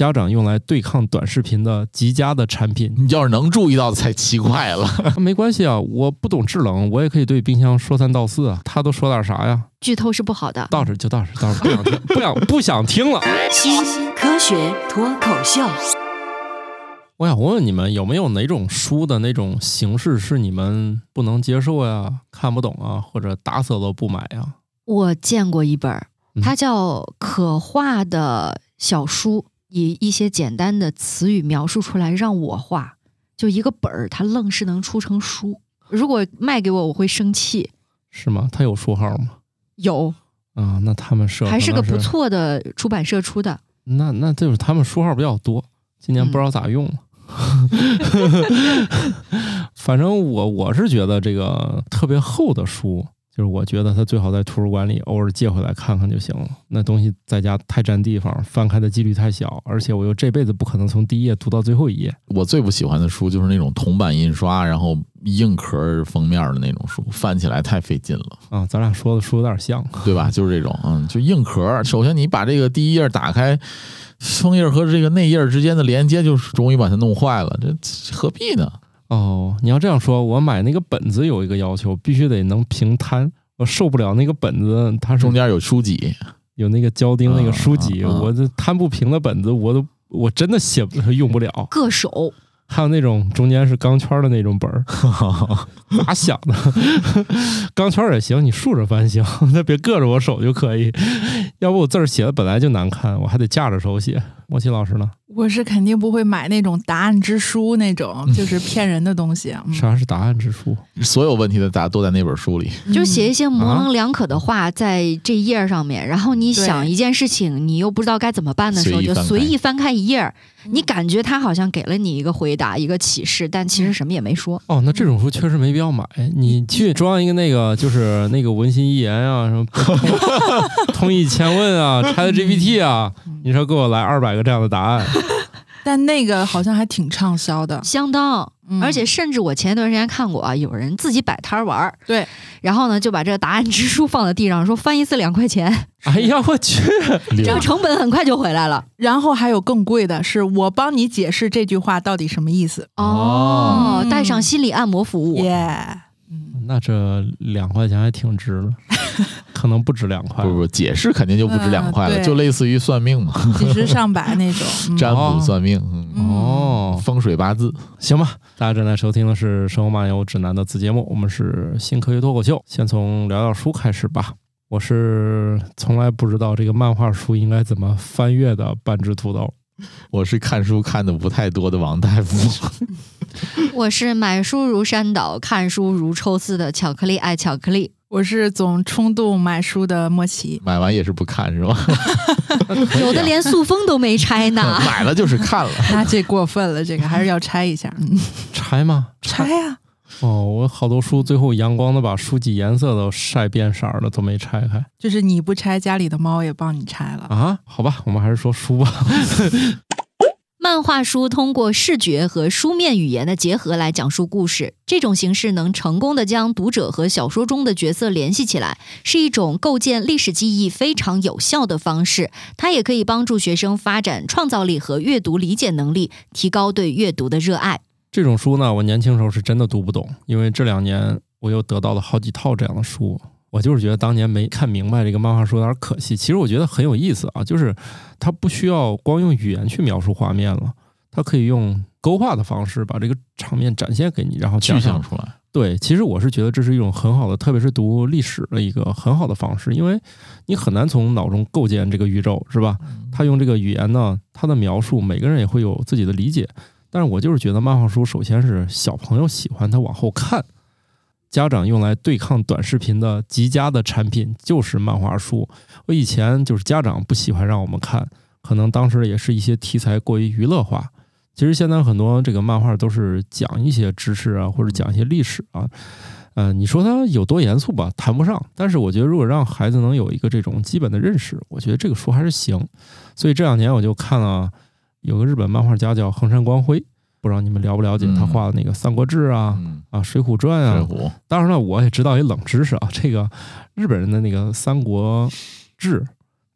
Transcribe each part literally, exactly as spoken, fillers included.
家长用来对抗短视频的极佳的产品。 你要是能注意到的才奇怪了。 没关系啊，我不懂制冷，我也可以对冰箱说三道四啊。他都说点啥呀？ 剧透是不好的， 到这就到这，到这不想听，不想不想听了。 新科学脱口秀。 我想问问你们，有没有哪种书的那种形式是你们不能接受呀、看不懂啊，或者打死都不买呀？ 我见过一本，它叫可画的小书，以一些简单的词语描述出来让我画，就一个本儿，它愣是能出成书。如果卖给我，我会生气。 是吗？它有书号吗？ 有啊，那他们社还是个不错的出版社出的。 那那就是他们书号比较多，今年不知道咋用了。嗯、反正我我是觉得这个特别厚的书，就是我觉得它最好在图书馆里偶尔借回来看看就行了。那东西在家太占地方，翻开的几率太小，而且我又这辈子不可能从第一页读到最后一页。 我最不喜欢的书就是那种铜版印刷，然后硬壳封面的那种书，翻起来太费劲了啊！咱俩说的书有点像，对吧？就是这种，嗯，就硬壳。首先你把这个第一页打开，封页和这个内页之间的连接就容易把它弄坏了，这何必呢？ 哦，你要这样说，我买那个本子有一个要求，必须得能平摊，我受不了那个本子它中间有书脊， 有那个胶钉那个书脊， 嗯嗯嗯、 我这摊不平的本子，我都我真的写不用不了。 硌手。 还有那种中间是钢圈的那种本儿，咋想的？钢圈也行，你竖着翻行，那别硌着我手就可以。要不我字儿写的本来就难看，我还得架着手写。莫奇老师呢？ 我是肯定不会买那种答案之书那种，就是骗人的东西。 嗯、啥是答案之书？ 所有问题的答案都在那本书里， 就写一些模棱两可的话在这一页上面，啊、然后你想一件事情，你又不知道该怎么办的时候，就随意翻开一页，你感觉他好像给了你一个回答、一个启示，但其实什么也没说。 哦，那这种书确实没必要买。你去装一个那个，就是那个文心一言啊，什么通义千问啊 ，ChatGPT 啊，你说给我来二百个这样的答案。 但那个好像还挺畅销的， 相当，嗯、而且甚至我前一段时间看过啊，有人自己摆摊玩， 对， 然后呢就把这个答案之书放在地上，说翻一次两块钱。 哎呀，我去， 这个成本很快就回来了。 然后还有更贵的是，我帮你解释这句话到底什么意思。 哦，带上心理按摩服务。 耶、yeah 嗯，那这两块钱还挺值的。可能不止两块， 不不，解释肯定就不止两块了，嗯、就类似于算命嘛， 几十上百那种、 嗯、占卜算命， 嗯、哦， 风水八字， 行吧。大家正在收听的是《生活漫游指南》的子节目，我们是新科学脱口秀。先从聊聊书开始吧。我是从来不知道这个漫画书应该怎么翻阅的半只土豆。 我是看书看的不太多的王大夫。 我是买书如山倒，看书如抽丝的巧克力爱巧克力。 我是总冲动买书的莫奇， 买完也是不看是吧？ 有的连塑封都没拆呢。 买了就是看了， 那这过分了，这个还是要拆一下。嗯、 拆吗？ 拆呀、啊！ 哦，我好多书最后阳光的把书籍颜色都晒变色了，都没拆开。 就是你不拆，家里的猫也帮你拆了啊？好吧，我们还是说书吧。 漫画书通过视觉和书面语言的结合来讲述故事，这种形式能成功的将读者和小说中的角色联系起来，是一种构建历史记忆非常有效的方式。它也可以帮助学生发展创造力和阅读理解能力，提高对阅读的热爱。 这种书呢，我年轻时候是真的读不懂，因为这两年我又得到了好几套这样的书。我就是觉得当年没看明白这个漫画书有点可惜。其实我觉得很有意思啊，就是它不需要光用语言去描述画面了，它可以用勾画的方式把这个场面展现给你，然后具象出来。 对，其实我是觉得这是一种很好的，特别是读历史的一个很好的方式，因为你很难从脑中构建这个宇宙，是吧？他用这个语言呢，他的描述每个人也会有自己的理解。但是我就是觉得漫画书首先是小朋友喜欢，他往后看。家长用来对抗短视频的极佳的产品就是漫画书。我以前就是家长不喜欢让我们看，可能当时也是一些题材过于娱乐化。其实现在很多这个漫画都是讲一些知识啊，或者讲一些历史啊。呃，你说它有多严肃吧，谈不上。但是我觉得如果让孩子能有一个这种基本的认识，我觉得这个书还是行。所以这两年我就看了有个日本漫画家叫横山光辉。不知道你们了不了解他画的那个《三国志》啊，嗯、啊《水浒传》啊。 水浒。 当然了，我也知道一冷知识啊，这个日本人的那个《三国志》，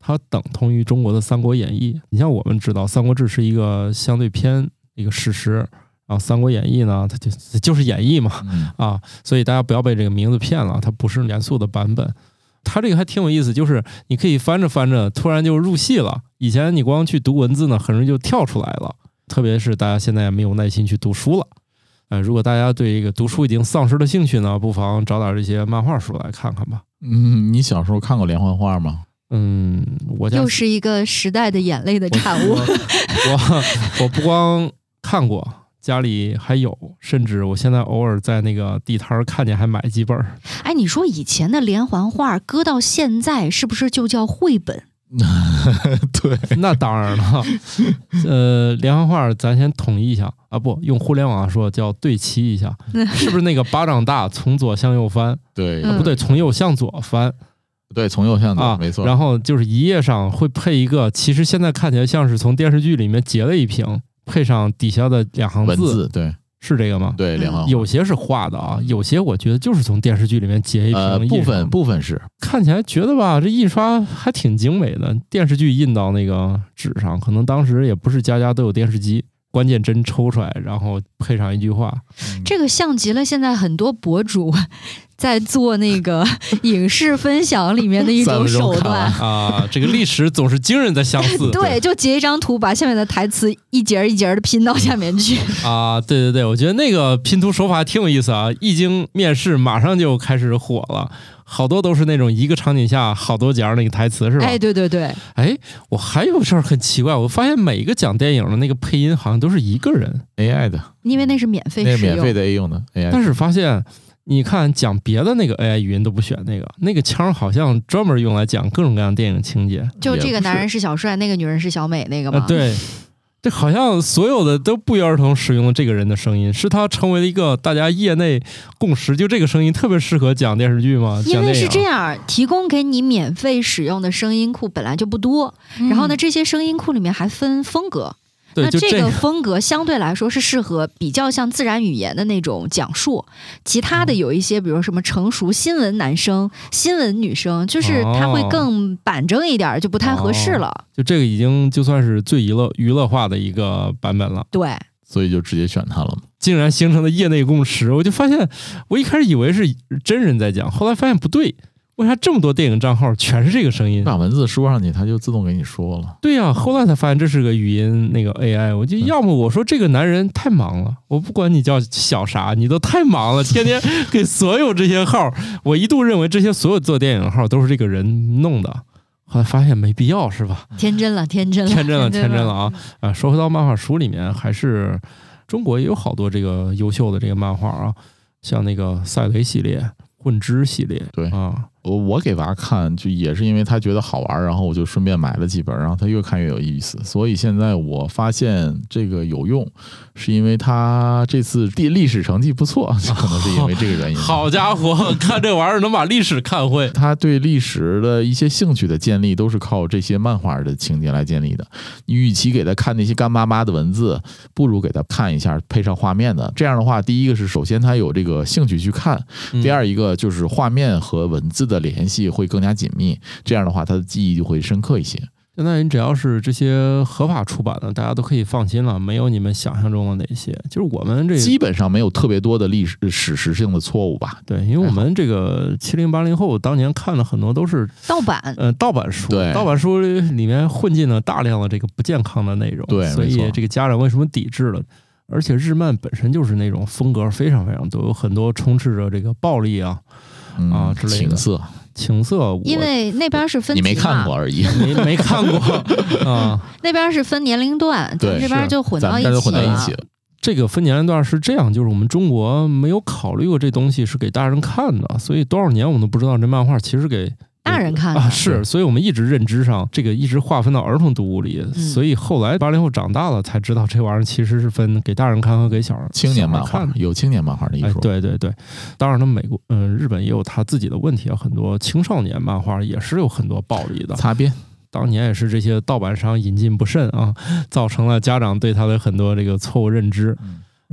它等同于中国的《三国演义》。你像我们知道，《三国志》是一个相对偏一个史实，然后《三国演义》呢，它就就是演义嘛， 嗯、 啊，所以大家不要被这个名字骗了，它不是严肃的版本。它这个还挺有意思，就是你可以翻着翻着，突然就入戏了。以前你光去读文字呢，很容易就跳出来了。特别是大家现在也没有耐心去读书了。呃，如果大家对这个读书已经丧失了兴趣呢，不妨找点这些漫画书来看看吧。 嗯，你小时候看过连环画吗？ 嗯，我家又是一个时代的眼泪的产物。 我我, 我不光看过，家里还有，甚至我现在偶尔在那个地摊看见还买几本。 哎，你说以前的连环画搁到现在是不是就叫绘本？ 对， 那当然了。呃，连环画咱先统一一下啊，不用互联网说叫对齐一下，是不是那个巴掌大从左向右翻？ 对、 啊，不对，从右向左翻。 对，从右向左、 啊， 没错。 然后就是一页上会配一个，其实现在看起来像是从电视剧里面截了一屏，配上底下的两行字。 文字，对， 是这个吗？ 对，连环画。 有些是画的啊，有些我觉得就是从电视剧里面截一屏、 呃。部分部分是看起来觉得吧，这印刷还挺精美的。电视剧印到那个纸上，可能当时也不是家家都有电视机。关键帧抽出来，然后配上一句话， 这个像极了现在很多博主在做那个影视分享里面的一种手段啊。这个历史总是惊人的相似。 对，就截一张图，把下面的台词一节一节的拼到下面去啊。对对对，我觉得那个拼图手法挺有意思啊。一经面世，马上就开始火了。好多都是那种一个场景下好多节那个台词是吧？ 哎，对对对。 哎，我还有事儿很奇怪，我发现每一个讲电影的那个配音好像都是一个人 A I 的， 因为那是免费使用， 那是免费的 A 用的 A I。 但是发现你看讲别的那个 A I 语音都不选那个，那个腔好像专门用来讲各种各样的电影情节。 就这个男人是小帅，那个女人是小美那个吗？ 呃、对。这好像所有的都不约而同使用了这个人的声音，是他成为了一个大家业内共识，就这个声音特别适合讲电视剧吗？ 因为是这样，提供给你免费使用的声音库本来就不多，嗯、然后呢，这些声音库里面还分风格。那这个风格相对来说是适合比较像自然语言的那种讲述，其他的有一些比如什么成熟新闻男生、新闻女生，就是它会更板正一点，就不太合适了。 哦、就这个已经就算是最娱乐娱乐化的一个版本了。 对， 所以就直接选它了。 竟然形成了业内共识，我就发现我一开始以为是真人在讲，后来发现不对。为啥这么多电影账号全是这个声音？ 把文字说上去，它就自动给你说了。 对呀、啊，后来才发现这是个语音那个 A I。我就要么我说这个男人太忙了，我不管你叫小啥，你都太忙了，天天给所有这些号。我一度认为这些所有做电影的号都是这个人弄的，后来发现没必要，是吧？ 天真了，天真了， 天真了，天真了啊！啊，说回到漫画书里面，还是中国也有好多这个优秀的这个漫画啊，像那个赛雷系列、混之系列， 对啊。 我我给娃看，就也是因为他觉得好玩，然后我就顺便买了几本，然后他越看越有意思。所以现在我发现这个有用，是因为他这次历历史成绩不错，可能是因为这个原因。 好家伙，看这玩意儿能把历史看会。 他对历史的一些兴趣的建立，都是靠这些漫画的情节来建立的。你与其给他看那些干巴巴的文字，不如给他看一下配上画面的。这样的话，第一个是首先他有这个兴趣去看，第二一个就是画面和文字的联系会更加紧密，这样的话他的记忆就会深刻一些。 现在你只要是这些合法出版的，大家都可以放心了，没有你们想象中的那些。就是我们这基本上没有特别多的历史史实性的错误吧？ 对，因为我们这个七零八零后当年看的很多都是盗版， 呃，盗版书， 对， 盗版书里面混进了大量的这个不健康的内容， 对， 所以这个家长为什么抵制了？而且日漫本身就是那种风格非常非常多，有很多充斥着这个暴力啊、嗯、啊之类的情色。 情色， 因为那边是分你没看过而已， 没没看过啊。 那边是分年龄段，咱这边就混到一起了。 混在一起了。 这个分年龄段是这样，就是我们中国没有考虑过这东西是给大人看的，所以多少年我们都不知道这漫画其实给大人看的啊，是，所以我们一直认知上这个一直划分到儿童读物里，嗯、所以后来八零后长大了才知道这玩意儿其实是分给大人看和给小孩青年漫画，有青年漫画的艺术、 哎。对对对，当然了，美国嗯、呃、日本也有他自己的问题啊，很多青少年漫画也是有很多暴力的擦边。 当年也是这些盗版商引进不慎啊，造成了家长对他的很多这个错误认知。 嗯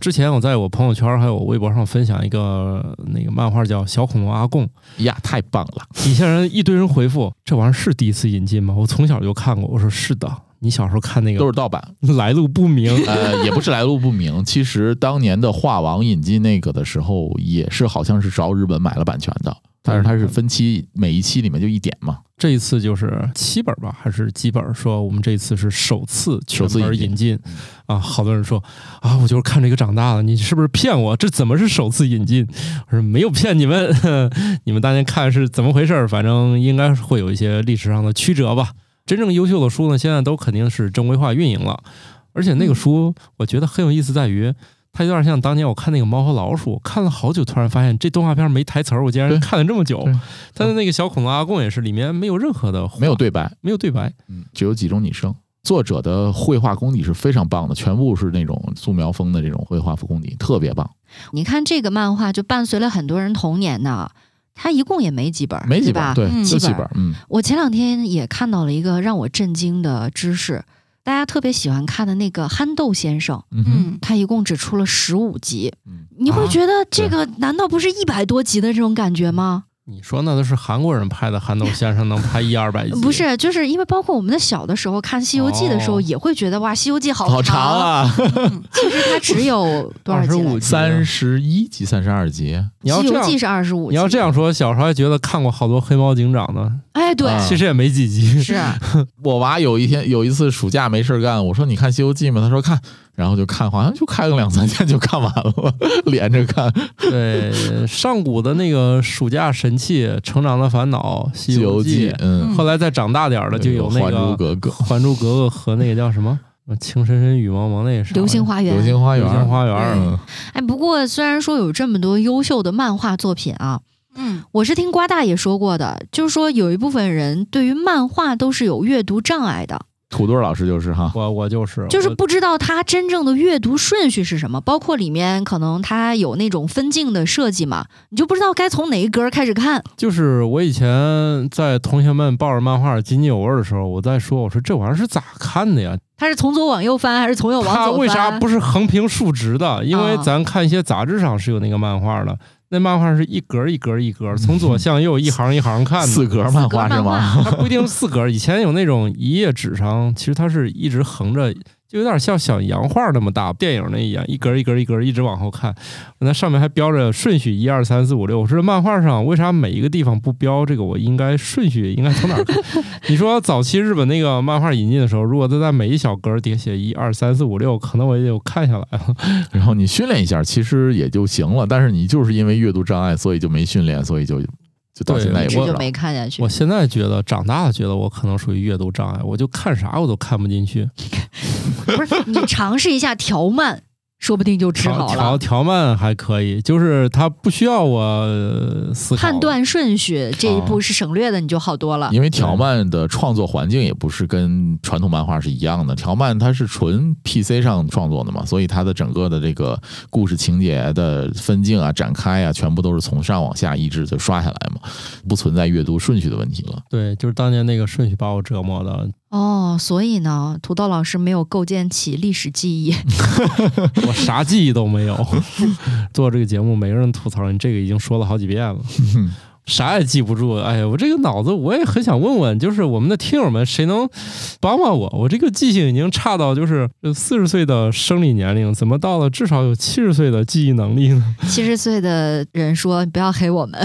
之前我在我朋友圈还有微博上分享一个那个漫画叫《小恐龙阿贡》 呀，太棒了！ 底下人一堆人回复，这玩意儿是第一次引进吗？我从小就看过。我说是的，你小时候看那个都是盗版， 来路不明。 呃，也不是来路不明，其实当年的画王引进那个的时候，也是好像是找日本买了版权的。但是它是分期，每一期里面就一点嘛。 这一次就是七本吧，还是几本？说我们这一次是首次全本引进啊！好多人说啊，我就是看这个长大了，你是不是骗我？这怎么是首次引进？我说没有骗你们，你们当年看是怎么回事？反正应该会有一些历史上的曲折吧。真正优秀的书呢，现在都肯定是正规化运营了，而且那个书我觉得很有意思，在于。它有点像当年我看那个猫和老鼠，看了好久，突然发现这动画片没台词儿，我竟然看了这么久。它的那个小恐龙阿贡也是，里面没有任何的没有对白， 没有对白， 嗯，只有几种拟声。作者的绘画功底是非常棒的，全部是那种素描风的这种绘画功底，特别棒。 你看这个漫画就伴随了很多人童年呢。它一共也没几本， 没几本， 对吧？ 对， 几本。本嗯， 我前两天也看到了一个让我震惊的知识。大家特别喜欢看的那个憨豆先生， 嗯， 他一共只出了十五集，嗯、你会觉得这个难道不是一百多集的这种感觉吗？ 你说那都是韩国人拍的，憨豆先生能拍一二百集？ 不是，就是因为包括我们的小的时候看《西游记》的时候，也会觉得、哦、哇，《西游记》好长好长啊！ 嗯、其实它只有多少集？ 三十一集、三十二集。 你要 《西游记》是二十五集。 你要这样说，小时候还觉得看过好多黑猫警长呢。 哎，对， 其实也没几集。 是我娃有一天有一次暑假没事干，我说你看《西游记》吗？他说看。然后就看，好像就看个两三天就看完了，连着看。 对，上古的那个暑假神器《成长的烦恼》《西游记》， 嗯， 后来再长大点的就有那个《 还珠格格》， 《还珠格格》和那个叫什么《情深深雨蒙蒙》那个啥， 流星花园， 流星花园， 流星花园。 嗯， 哎，不过虽然说有这么多优秀的漫画作品啊。 嗯， 我是听瓜大爷说过的，就是说有一部分人对于漫画都是有阅读障碍的。 土豆老师就是哈， 我我就是就是不知道他真正的阅读顺序是什么，包括里面可能他有那种分镜的设计嘛，你就不知道该从哪一格开始看。 就是我以前在同学们抱着漫画津津有味的时候，我在说，我说这玩意儿是咋看的呀？ 他是从左往右翻还是从右往左翻？ 他为啥不是横平竖直的？因为咱看一些杂志上是有那个漫画的。那漫画是一格一格一格，从左向右一行一行看的。 四格漫画是吗？ 它不一定是四格，以前有那种一页纸上，其实它是一直横着，就有点像小洋画那么大，电影那一样，一格一格一格一直往后看。那上面还标着顺序一二三四五六。我说漫画上为啥每一个地方不标这个？我应该顺序应该从哪儿看？你说早期日本那个漫画引进的时候，如果他在每一小格底下写一二三四五六，可能我也就看下来了。 然后你训练一下，其实也就行了。但是你就是因为阅读障碍，所以就没训练，所以就就到现在也不知道。 就没看下去。 我现在觉得长大了，觉得我可能属于阅读障碍，我就看啥我都看不进去。 不是，你尝试一下调慢。说不定就治好了。 调调慢还可以，就是它不需要我思考判断顺序这一步是省略的，你就好多了。 因为条漫的创作环境也不是跟传统漫画是一样的，条漫它是纯 P C 上创作的嘛，所以它的整个的这个故事情节的分镜啊、展开啊，全部都是从上往下一直就刷下来嘛，不存在阅读顺序的问题了。 对，就是当年那个顺序把我折磨的。 哦，所以呢，土豆老师没有构建起历史记忆。 我啥记忆都没有。做这个节目，每个人吐槽你这个已经说了好几遍了。啥也记不住，哎呀，我这个脑子我也很想问问，就是我们的听友们，谁能帮帮我？我这个记性已经差到就是四十岁的生理年龄，怎么到了至少有七十岁的记忆能力呢？ 七十岁的人说：“你不要黑我们。”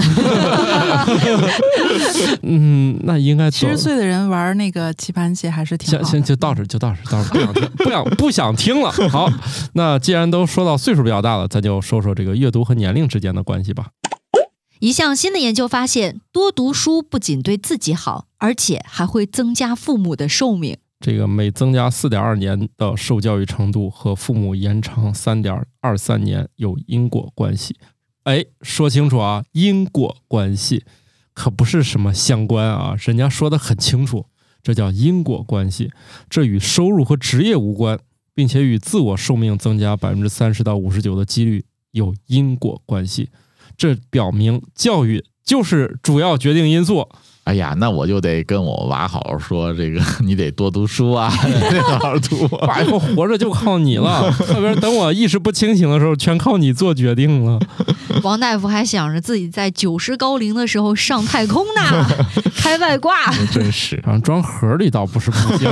嗯，那应该七十岁的人玩那个棋盘棋还是挺好的。 行行，就到这，就到这，到这，不想听，不想不想听了。好，那既然都说到岁数比较大了，咱就说说这个阅读和年龄之间的关系吧。 一项新的研究发现，多读书不仅对自己好，而且还会增加父母的寿命。 这个每增加 四点二 年的受教育程度和父母延长 三点二三 年有因果关系。哎，说清楚啊，因果关系可不是什么相关啊，人家说的很清楚，这叫因果关系，这与收入和职业无关，并且与自我寿命增加 百分之三十到五十九 的几率有因果关系。这表明教育就是主要决定因素。 哎呀，那我就得跟我娃好好说，这个你得多读书啊，得好好读啊。 爸以后活着就靠你了，特别是等我意识不清醒的时候，全靠你做决定了。 王大夫还想着自己在九十高龄的时候上太空呢，开外挂。 真是， 然后装盒里倒不是不行。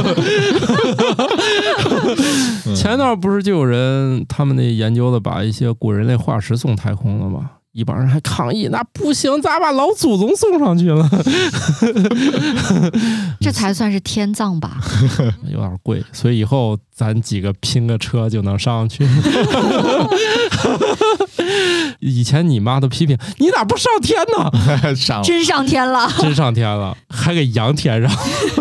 前段不是就有人他们那研究的把一些古人类化石送太空了吗？一帮人还抗议，那不行，咋把老祖宗送上去了？ 这才算是天葬吧？ 有点贵，所以以后咱几个拼个车就能上去。以前你妈都批评你咋不上天呢？ 上了， 真上天了， 真上天了，还给扬天上，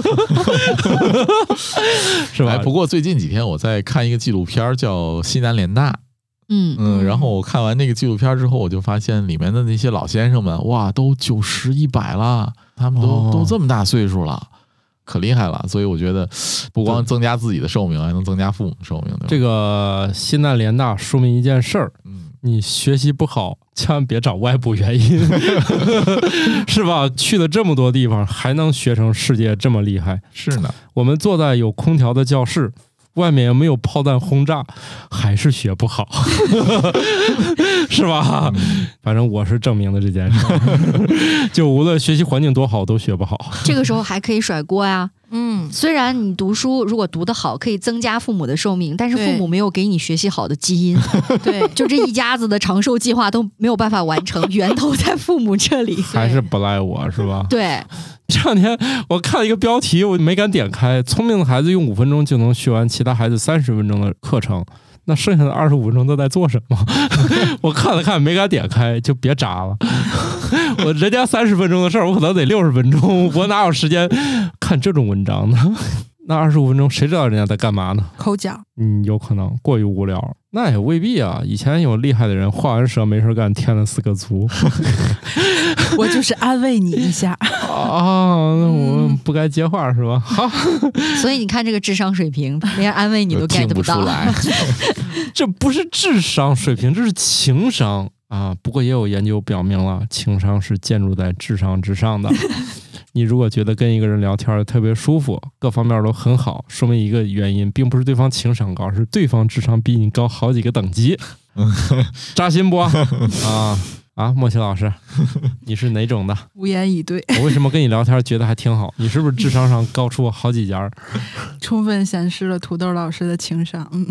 是吧？ 哎，不过最近几天我在看一个纪录片，叫《西南联大》。 嗯嗯，然后我看完那个纪录片之后，我就发现里面的那些老先生们，哇，都九十一百了，他们都、哦、都这么大岁数了，可厉害了。所以我觉得，不光增加自己的寿命，还能增加父母的寿命。对吧？ 这个西南联大说明一件事儿， 嗯， 你学习不好，千万别找外部原因，是吧？去了这么多地方，还能学成世界这么厉害， 是呢。 我们坐在有空调的教室。外面也没有炮弹轰炸，还是学不好，是吧？反正我是证明了这件事，就无论学习环境多好，都学不好。 这个时候还可以甩锅呀。嗯，虽然你读书如果读得好，可以增加父母的寿命，但是父母没有给你学习好的基因，对，就这一家子的长寿计划都没有办法完成，源头在父母这里， 还是不赖我，是吧？ 对。 这两天我看了一个标题，我没敢点开。聪明的孩子用五分钟就能学完其他孩子三十分钟的课程，那剩下的二十五分钟都在做什么？我看了看，没敢点开，就别扎了。我人家三十分钟的事儿，我可能得六十分钟，我哪有时间看这种文章呢？那二十五分钟，谁知道人家在干嘛呢？ 抠脚， 嗯，有可能过于无聊。那也未必啊。以前有厉害的人，画完蛇没事干，添了四个足。 我就是安慰你一下啊，那我不该接话是吧？好， 所以你看这个智商水平，连安慰你都 get 不到。 不出来这不是智商水平，这是情商啊。不过也有研究表明了，情商是建筑在智商之上的。你如果觉得跟一个人聊天特别舒服，各方面都很好，说明一个原因，并不是对方情商高，是对方智商比你高好几个等级。扎心不啊？啊，莫奇老师，你是哪种的？ 无言以对。 我为什么跟你聊天觉得还挺好？你是不是智商上高出我好几家？ 充分显示了土豆老师的情商。嗯。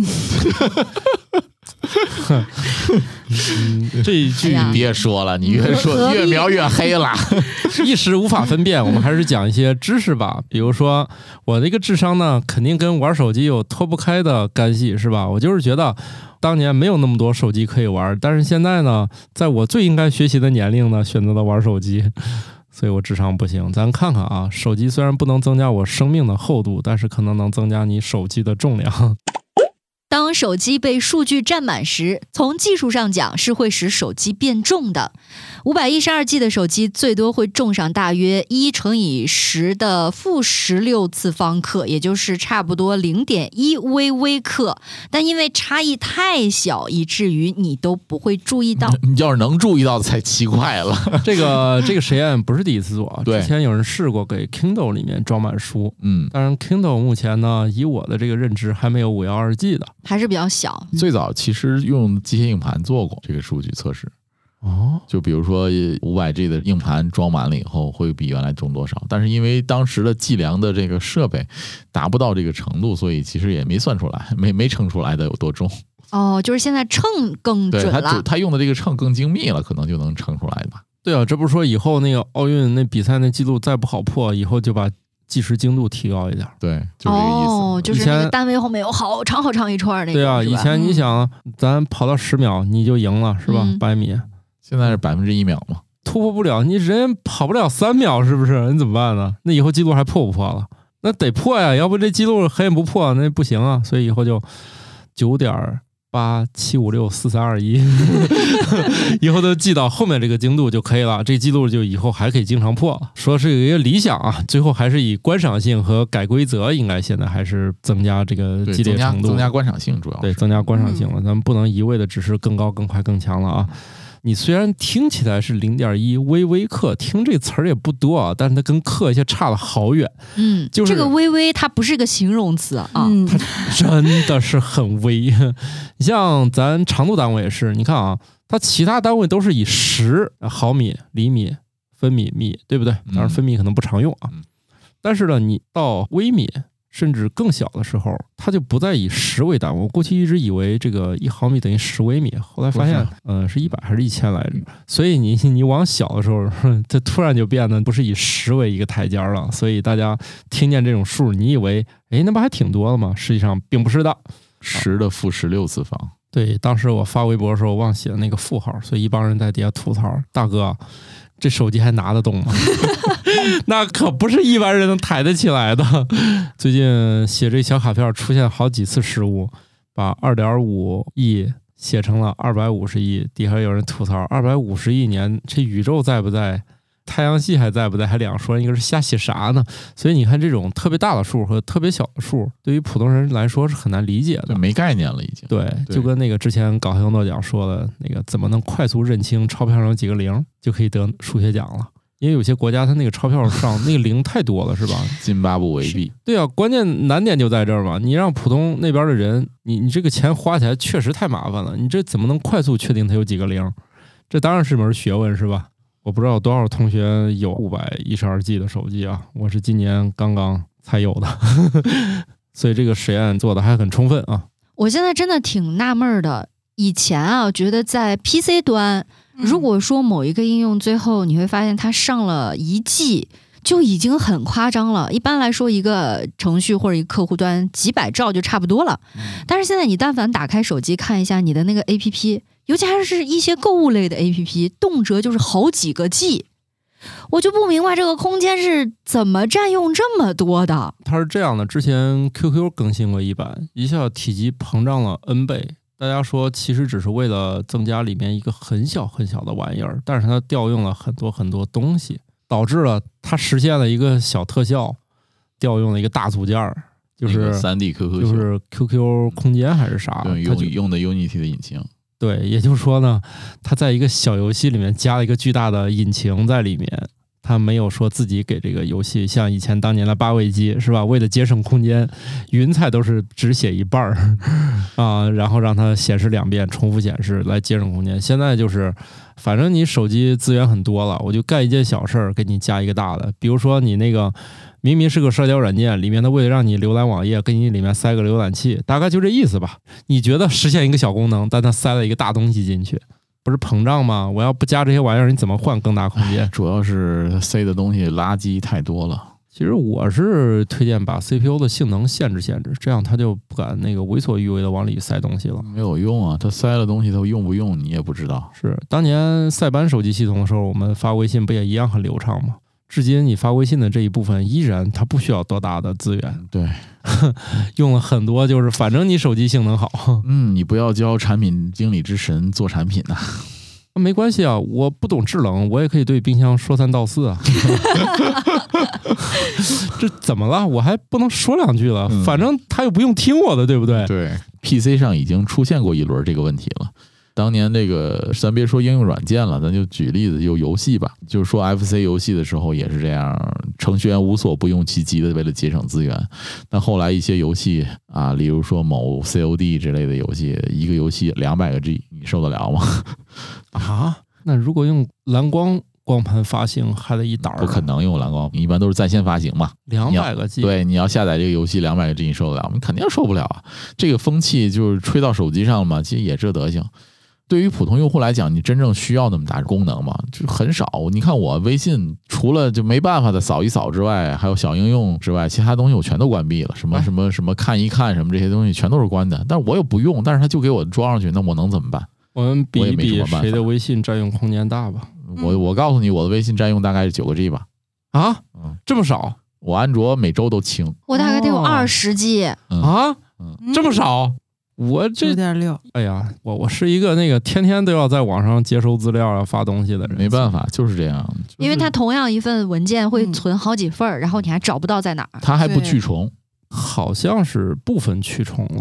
嗯，这一句、 哎、别说了，你越说越描越黑了， 一时无法分辨。我们还是讲一些知识吧。比如说，我的一个智商呢，肯定跟玩手机有脱不开的干系，是吧？我就是觉得当年没有那么多手机可以玩，但是现在呢，在我最应该学习的年龄呢，选择了玩手机。所以我智商不行。咱看看啊，手机虽然不能增加我生命的厚度，但是可能能增加你手机的重量。 当手机被数据占满时，从技术上讲是会使手机变重的。五百一十二 G 的手机最多会重上大约一乘以十的负十六次方克，也就是差不多 零点一 微微克。但因为差异太小，以至于你都不会注意到。 你要是能注意到才奇怪了。 这个这个实验不是第一次做， 对， 之前有人试过给 Kindle 里面装满书， 嗯， 当然 Kindle 目前呢，以我的这个认知还没有五幺二 G 的。 还是比较小。 最早其实用机械硬盘做过这个数据测试。 哦， 就比如说 五百 G 的硬盘装满了以后会比原来重多少，但是因为当时的计量的这个设备达不到这个程度，所以其实也没算出来，没没称出来的有多重。 哦，就是现在秤更准了， 对，他他用的这个秤更精密了，可能就能称出来吧。 对啊，这不是说以后那个奥运那比赛那记录再不好破，以后就把计时精度提高一点。 对，就这个意思。 哦，就是那个单位后面有好长好长一串那个。 对啊，以前你想，嗯、咱跑到十秒你就赢了，是吧？百、嗯、米。 现在是百分之一秒嘛， 突破不了，你人跑不了三秒，是不是？你怎么办呢？那以后记录还破不破了？那得破呀，要不这记录黑眼不破，那不行啊。所以以后就九点八七五六四三二一，以后都记到后面这个精度就可以了。这记录就以后还可以经常破了。说是有一个理想啊，最后还是以观赏性和改规则，应该现在还是增加这个激烈程度， 增加增加观赏性，主要对增加观赏性了。咱们不能一味的只是更高、更快、更强了啊。 你虽然听起来是零点一微微克，听这词儿也不多啊，但是它跟克一下差了好远。 嗯， 就是这个微微它不是个形容词啊， 嗯， 它真的是很微。你像咱长度单位也是，你看啊，它其他单位都是以十毫米、厘米、分米、米，对不对？当然分米可能不常用啊，但是呢，你到微米甚至更小的时候，它就不再以十为单位。我过去一直以为这个一毫米等于十微米，后来发现，呃，是一百还是一千来着。所以你你往小的时候，它突然就变得不是以十为一个台阶了。所以大家听见这种数，你以为，哎，那不还挺多的吗？实际上并不是的， 十的负十六次方。 对，当时我发微博的时候忘写了那个负号，所以一帮人在底下吐槽：“大哥，这手机还拿得动吗？”那可不是一般人能抬得起来的。最近写这小卡片出现好几次失误，把 二点五亿写成了二百五十亿，底下有人吐槽二百五十亿年，这宇宙在不在？太阳系还在不在？还两说，应该是瞎写啥呢？所以你看，这种特别大的数和特别小的数，对于普通人来说是很难理解的， 没概念了已经。 对，就跟那个之前搞笑诺奖说的那个，怎么能快速认清钞票上有几个零，就可以得数学奖了。因为有些国家它那个钞票上那个零太多了，是吧？ 津巴布韦币。 对啊，关键难点就在这儿嘛。你让普通那边的人，你你这个钱花起来确实太麻烦了。你这怎么能快速确定它有几个零？这当然是门学问，是吧？我不知道有多少同学有五百一十二 G 的手机啊，我是今年刚刚才有的，所以这个实验做的还很充分啊。 我现在真的挺纳闷的，以前啊，觉得在 P C 端，如果说某一个应用最后你会发现它上了一 G， 就已经很夸张了。一般来说，一个程序或者一个客户端几百兆就差不多了。但是现在你但凡打开手机看一下你的那个 A P P， 尤其还是一些购物类的 A P P， 动辄就是好几个 G， 我就不明白这个空间是怎么占用这么多的。 它是这样的，之前 Q Q 更新过一版，一下体积膨胀了 N 倍。大家说其实只是为了增加里面一个很小很小的玩意儿，但是它调用了很多很多东西，导致了它实现了一个小特效，调用了一个大组件，就是三 D Q Q， 就是 Q Q 空间还是啥？ 对，用用的 Unity 的引擎。 对，也就是说呢，它在一个小游戏里面加了一个巨大的引擎在里面，它没有说自己给这个游戏像以前当年的八位机是吧？为了节省空间，云彩都是只写一半儿啊，然后让它显示两遍，重复显示来节省空间。现在就是，反正你手机资源很多了，我就干一件小事儿，给你加一个大的。比如说你那个明明是个社交软件，里面它为了让你浏览网页，给你里面塞个浏览器，大概就这意思吧。你觉得实现一个小功能，但它塞了一个大东西进去。不是膨胀吗？我要不加这些玩意儿，你怎么换更大空间？ 主要是塞的东西垃圾太多了。 其实我是推荐把 C P U 的性能限制限制，这样它就不敢那个为所欲为的往里塞东西了。 没有用啊，它塞了东西，它用不用你也不知道。 是当年塞班手机系统的时候，我们发微信不也一样很流畅吗？至今你发微信的这一部分依然它不需要多大的资源， 对， 用了很多就是反正你手机性能好。 嗯，你不要教产品经理之神做产品呐、 啊。没关系啊，我不懂制冷，我也可以对冰箱说三道四啊。这怎么了？我还不能说两句了？反正他又不用听我的，对不对？ 对 ，P C 上已经出现过一轮这个问题了。当年这个咱别说应用软件了，咱就举例子，有游戏吧，就是说 F C 游戏的时候也是这样，程序员无所不用其极的为了节省资源。但后来一些游戏啊，例如说某 C O D 之类的游戏，一个游戏两百个 G， 你受得了吗？ 啊，那如果用蓝光光盘发行还得一沓， 不可能用蓝光，一般都是在线发行嘛。 两百个 G， 对，你要下载这个游戏两百个 G， 你受得了吗？你肯定受不了啊！这个风气就是吹到手机上了嘛，其实也这德行。对于普通用户来讲，你真正需要那么大功能吗？就很少。你看我微信除了就没办法的扫一扫之外，还有小应用之外，其他东西我全都关闭了。什么什么什么看一看什么这些东西全都是关的。但是我又不用，但是他就给我装上去，那我能怎么办？ 我们比一比谁的微信占用空间大吧。 我我告诉你，我的微信占用大概是九个 G 吧。 啊，这么少？ 我安卓每周都清。 我大概得有二十 G 啊，嗯，这么少？我这九点六， 哎呀，我我是一个那个天天都要在网上接收资料啊、发东西的人， 没办法，就是这样。就是、 因为它同样一份文件会存好几份、嗯，然后你还找不到在哪儿， 它还不去重， 好像是部分去重了。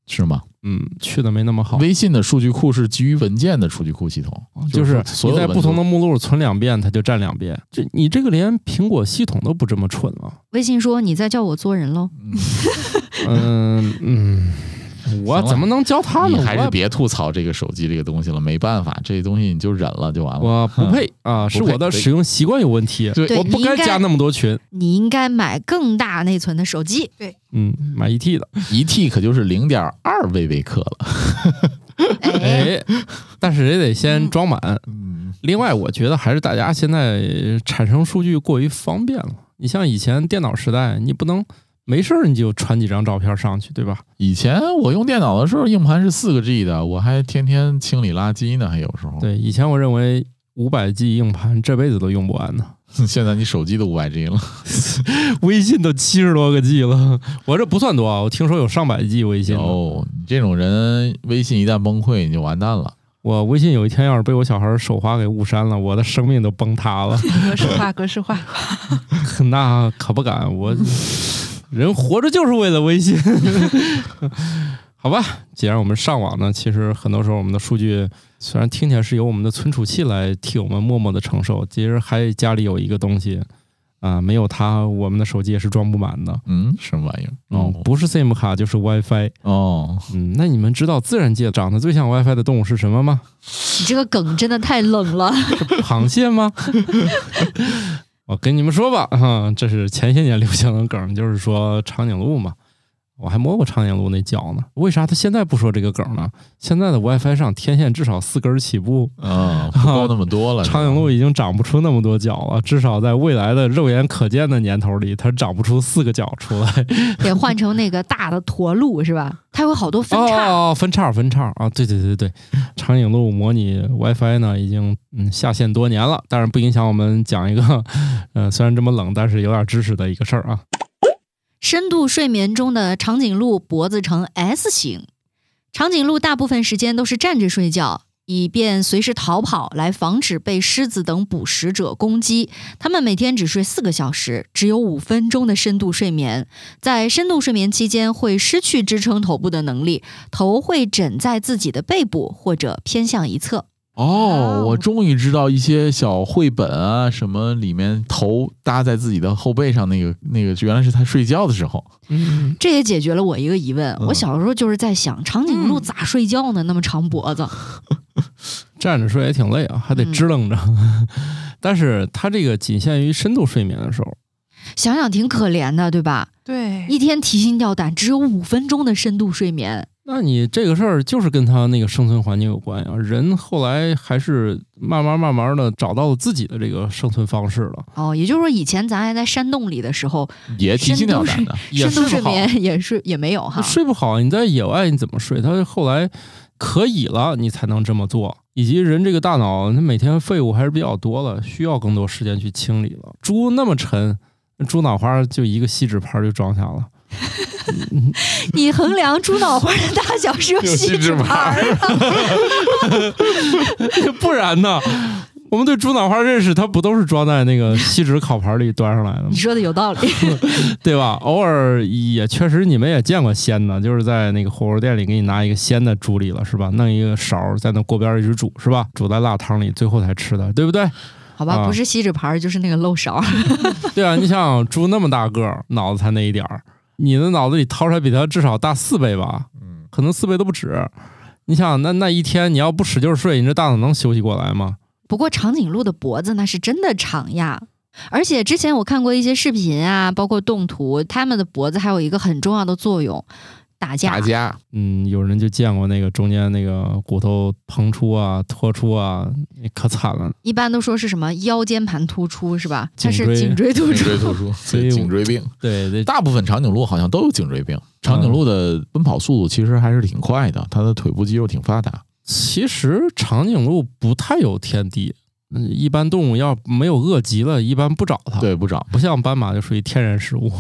是吗？ 嗯，去的没那么好。 微信的数据库是基于文件的数据库系统， 就是你在不同的目目录存两遍，它就占两遍。这你这个连苹果系统都不这么蠢了。 微信说你在叫我做人喽？ 嗯嗯，我怎么能教他呢？ 你还是别吐槽这个手机这个东西了，没办法，这东西你就忍了就完了。 我不配啊，是我的使用习惯有问题。 对， 我不该加那么多群。 你应该买更大内存的手机。 对， 嗯，买一 T 的， 一 T 可就是零点二微微克了。 哎，但是也得先装满。 嗯， 另外，我觉得还是大家现在产生数据过于方便了。你像以前电脑时代，你不能没事你就传几张照片上去，对吧？ 以前我用电脑的时候，硬盘是四个 G 的，我还天天清理垃圾呢，还有时候。 对，以前我认为五百 G 硬盘这辈子都用不完呢。 现在你手机都五百 G 了， 微信都七十多个 G 了，我这不算多啊，我听说有上百 G 微信。 哦，你这种人，微信一旦崩溃，你就完蛋了。 我微信有一天要是被我小孩手滑给误删了，我的生命都崩塌了。 格式化，格式化， 那可不敢，我人活着就是为了微信。好吧，既然我们上网呢，其实很多时候我们的数据虽然听起来是由我们的存储器来替我们默默的承受，其实还家里有一个东西啊、呃，没有它，我们的手机也是装不满的。 嗯，什么玩意儿？ 哦，不是 SIM 卡就是 WiFi。 哦， 嗯，那你们知道自然界长得最像 WiFi 的动物是什么吗？ 你这个梗真的太冷了。 是螃蟹吗？我跟你们说吧，哈，这是前些年流行的梗，就是说长颈鹿嘛。我还摸过长颈鹿那脚呢，为啥他现在不说这个梗呢？现在的 WiFi 上天线至少四根起步， 嗯，不够那么多了。 长颈鹿已经长不出那么多脚了，至少在未来的肉眼可见的年头里，它长不出四个脚出来。 得换成那个大的驼鹿是吧？它有好多分叉。 哦，分叉分叉啊！对对对对，长颈鹿模拟 WiFi 呢，已经嗯下线多年了，当然不影响我们讲一个，呃，虽然这么冷，但是有点知识的一个事儿啊。 深度睡眠中的长颈鹿脖子呈 S 型，长颈鹿大部分时间都是站着睡觉，以便随时逃跑，来防止被狮子等捕食者攻击。它们每天只睡四个小时，只有五分钟的深度睡眠。在深度睡眠期间，会失去支撑头部的能力，头会枕在自己的背部或者偏向一侧。 哦，我终于知道一些小绘本啊，什么里面头搭在自己的后背上，那个那个原来是他睡觉的时候。 嗯， 这也解决了我一个疑问。 嗯、 我小时候就是在想，长颈鹿咋睡觉呢？那么长脖子， 站着睡也挺累啊，还得支棱着。嗯、但是它这个仅限于深度睡眠的时候， 想想挺可怜的，对吧？ 对， 一天提心吊胆，只有五分钟的深度睡眠。 那你这个事儿就是跟他那个生存环境有关呀。人后来还是慢慢慢慢的找到了自己的这个生存方式了。 哦，也就是说，以前咱还在山洞里的时候， 也提心吊胆的， 深度睡眠也是也没有哈， 睡不好。你在野外你怎么睡？他后来可以了，你才能这么做。以及人这个大脑，他每天废物还是比较多了，需要更多时间去清理了。猪那么沉，猪脑花就一个锡纸盘就装下了。 你衡量猪脑花的大小是用锡纸盘啊？ 不然呢？我们对猪脑花认识，它不都是装在那个锡纸烤盘里端上来的吗？ 你说的有道理， 对吧？偶尔也确实，你们也见过鲜的，就是在那个火锅店里给你拿一个鲜的猪里了，是吧？弄一个勺在那锅边一直煮，是吧？煮在辣汤里，最后才吃的，对不对？ 好吧，不是锡纸盘就是那个漏勺。 对啊，你想猪那么大个儿，脑子才那一点儿。你的脑子里掏出来比它至少大四倍吧，可能四倍都不止。你想，那那一天你要不使劲睡，你这大脑能休息过来吗？ 不过长颈鹿的脖子那是真的长呀，而且之前我看过一些视频啊，包括动图，它们的脖子还有一个很重要的作用。打架， 打架， 嗯，有人就见过那个中间那个骨头膨出啊、脱出啊，可惨了。 一般都说是什么腰间盘突出是吧？它是颈椎突出， 颈椎突出，所以颈椎病。 对对， 大部分长颈鹿好像都有颈椎病。长颈鹿的奔跑速度其实还是挺快的，它的腿部肌肉挺发达。 其实长颈鹿不太有天敌。嗯，一般动物要没有饿极了，一般不找它。 对，不找。 不像斑马就属于天然食物。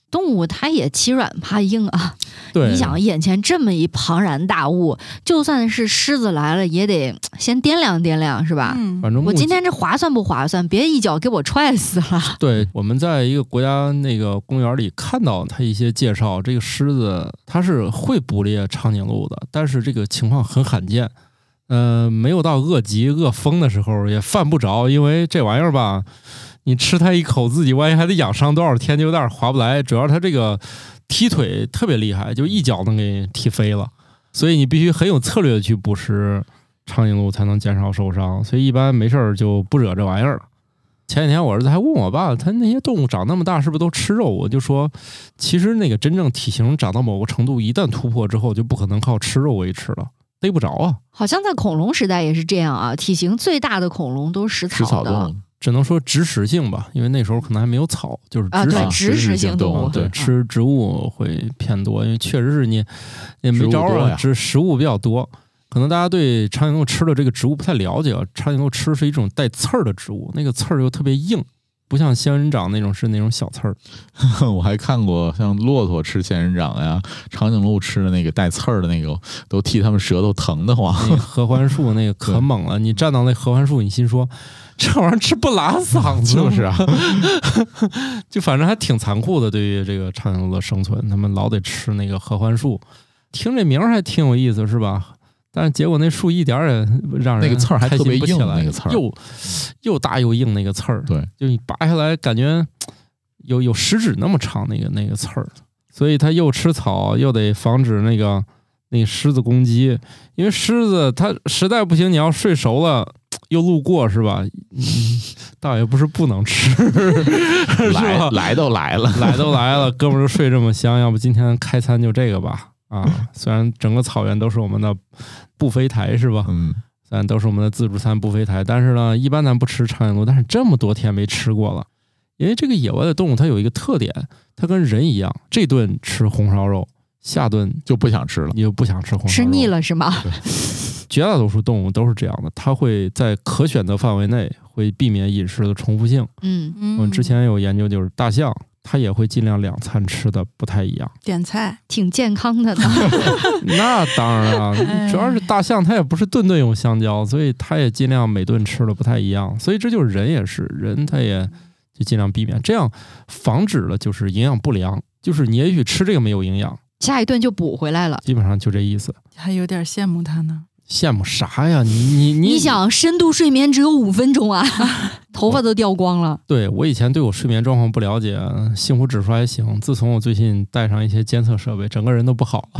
动物它也欺软怕硬啊。 对， 你想眼前这么一庞然大物，就算是狮子来了，也得先掂量掂量，是吧？ 嗯， 反正我今天这划算不划算？别一脚给我踹死了。 对，我们在一个国家那个公园里看到它一些介绍，这个狮子它是会捕猎长颈鹿的，但是这个情况很罕见。呃，没有到饿极饿疯的时候，也犯不着，因为这玩意儿吧，你吃它一口，自己万一还得养伤多少天，就有点划不来。主要它这个踢腿特别厉害，就一脚能给踢飞了，所以你必须很有策略的去捕食长颈鹿，才能减少受伤。所以一般没事儿就不惹这玩意儿了。前几天我儿子还问我爸，他那些动物长那么大是不是都吃肉？我就说，其实那个真正体型长到某个程度，一旦突破之后，就不可能靠吃肉维持了。逮不着啊， 好像在恐龙时代也是这样啊，体型最大的恐龙都是食食草的， 动物， 只能说植食性吧，因为那时候可能还没有草，就是啊， 植食、 对， 啊植食性动物， 对， 啊吃植物会偏多，因为确实是你也没招啊， 植物多呀植食物比较多。可能大家对长颈鹿吃的这个植物不太了解啊，长颈鹿吃的是一种带刺儿的植物，那个刺儿又特别硬，不像仙人掌那种是那种小刺儿。 我还看过像骆驼吃仙人掌呀，长颈鹿吃的那个带刺儿的那个，都替他们舌头疼得慌。 那个合欢树那个可猛了，你站到那合欢树，你心说这玩意儿吃不拉嗓子， 就是啊， 就反正还挺残酷的。对于这个长颈鹿的生存，他们老得吃那个合欢树，听这名儿还挺有意思，是吧？但是结果那树一点儿也让人那个刺儿还特别硬， 开心不起来那个刺儿又又大又硬，那个刺儿， 对， 就你拔下来感觉有有食指那么长，那个那个刺儿，所以它又吃草，又得防止那个那个狮子攻击，因为狮子它实在不行，你要睡熟了又路过是吧？嗯，倒也不是不能吃，是吧来来都来了， 来都来了，哥们儿就睡这么香，要不今天开餐就这个吧。啊，虽然整个草原都是我们的布菲台是吧？ 嗯， 虽然都是我们的自助餐布菲台，但是呢，一般咱不吃长颈鹿，但是这么多天没吃过了，因为这个野外的动物它有一个特点，它跟人一样，这顿吃红烧肉，下顿就不想吃了， 你就不想吃红烧肉， 吃腻了是吗？ 绝大多数动物都是这样的，它会在可选择范围内会避免饮食的重复性。 嗯， 我们之前有研究，就是大象。它也会尽量两餐吃的不太一样， 点菜挺健康的呢。 那当然了，主要是大象它也不是顿顿用香蕉，所以它也尽量每顿吃的不太一样。所以这就是人也是人，他也就尽量避免，这样防止了就是营养不良，就是你也许吃这个没有营养， 下一顿就补回来了。 基本上就这意思。 还有点羡慕他呢。 羡慕啥呀？你你你， 你想深度睡眠只有五分钟啊，头发都掉光了。 对，我以前对我睡眠状况不了解，幸福指数还行。自从我最近带上一些监测设备，整个人都不好。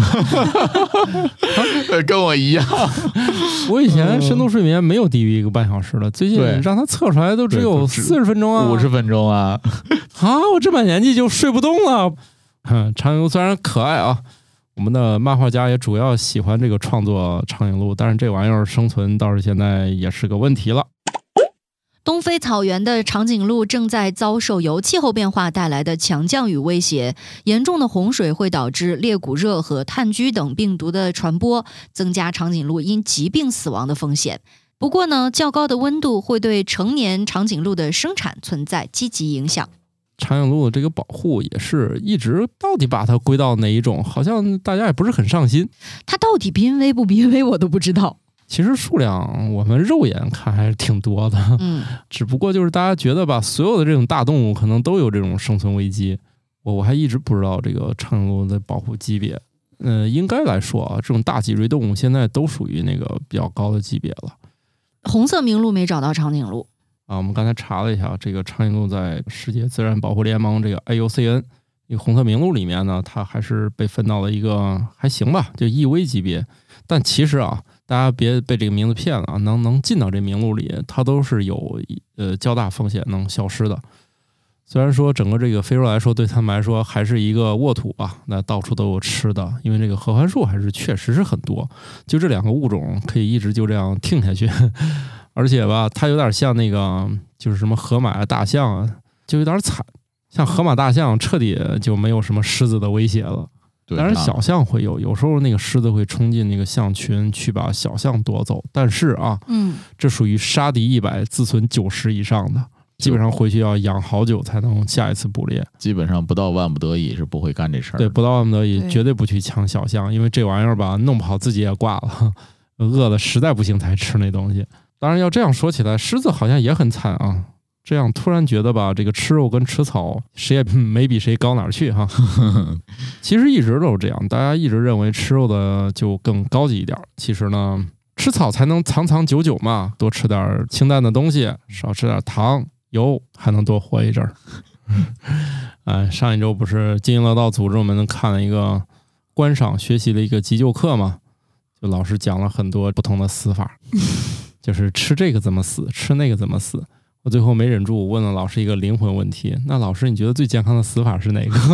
跟我一样。 我以前深度睡眠没有低于一个半小时的，最近让他测出来都只有四十分钟啊， 五十分钟啊！ 啊，我这把年纪就睡不动了。嗯，长颈鹿虽然可爱啊。我们的漫画家也主要喜欢这个创作长颈鹿，但是这玩意儿生存倒是现在也是个问题了。 东非草原的长颈鹿正在遭受由气候变化带来的强降雨威胁，严重的洪水会导致裂谷热和炭疽等病毒的传播，增加长颈鹿因疾病死亡的风险。不过呢，较高的温度会对成年长颈鹿的生产存在积极影响。 长颈鹿的这个保护也是一直到底把它归到哪一种，好像大家也不是很上心。 它到底濒危不濒危，我都不知道。 其实数量我们肉眼看还是挺多的， 嗯， 只不过就是大家觉得吧，所有的这种大动物可能都有这种生存危机。我我还一直不知道这个长颈鹿的保护级别。嗯、呃，应该来说啊，这种大脊椎动物现在都属于那个比较高的级别了。 红色名录没找到长颈鹿。 啊，我们刚才查了一下，这个长颈鹿在世界自然保护联盟这个 I U C N 一个红色名录里面呢，它还是被分到了一个还行吧，就易危级别。但其实啊，大家别被这个名字骗了啊，能能进到这名录里，它都是有呃较大风险能消失的。虽然说整个这个非洲来说，对他们来说还是一个沃土吧，那到处都有吃的，因为这个合欢树还是确实是很多，就这两个物种可以一直就这样听下去。而且吧，它有点像那个，就是什么河马啊、大象啊，就有点惨。像河马、大象彻底就没有什么狮子的威胁了。当然，小象会有，有时候那个狮子会冲进那个象群去把小象夺走。但是啊， 嗯， 这属于杀敌一百自损九十以上的。 基本上回去要养好久才能下一次捕猎。 基本上不到万不得已是不会干这事儿。 对，不到万不得已对绝对不去抢小象，因为这玩意儿吧，弄不好自己也挂了，饿的实在不行才吃那东西。当然要这样说起来，狮子好像也很惨啊。这样突然觉得吧，这个吃肉跟吃草谁也没比谁高哪儿去哈。其实一直都是这样，大家一直认为吃肉的就更高级一点，其实呢，吃草才能长长久久嘛，多吃点清淡的东西，少吃点糖油，还能多活一阵儿。哎，上一周不是津津乐道组织我们看了一个观赏学习的一个急救课嘛，就老师讲了很多不同的死法，就是吃这个怎么死，吃那个怎么死。我最后没忍住，我问了老师一个灵魂问题：那老师，你觉得最健康的死法是哪个？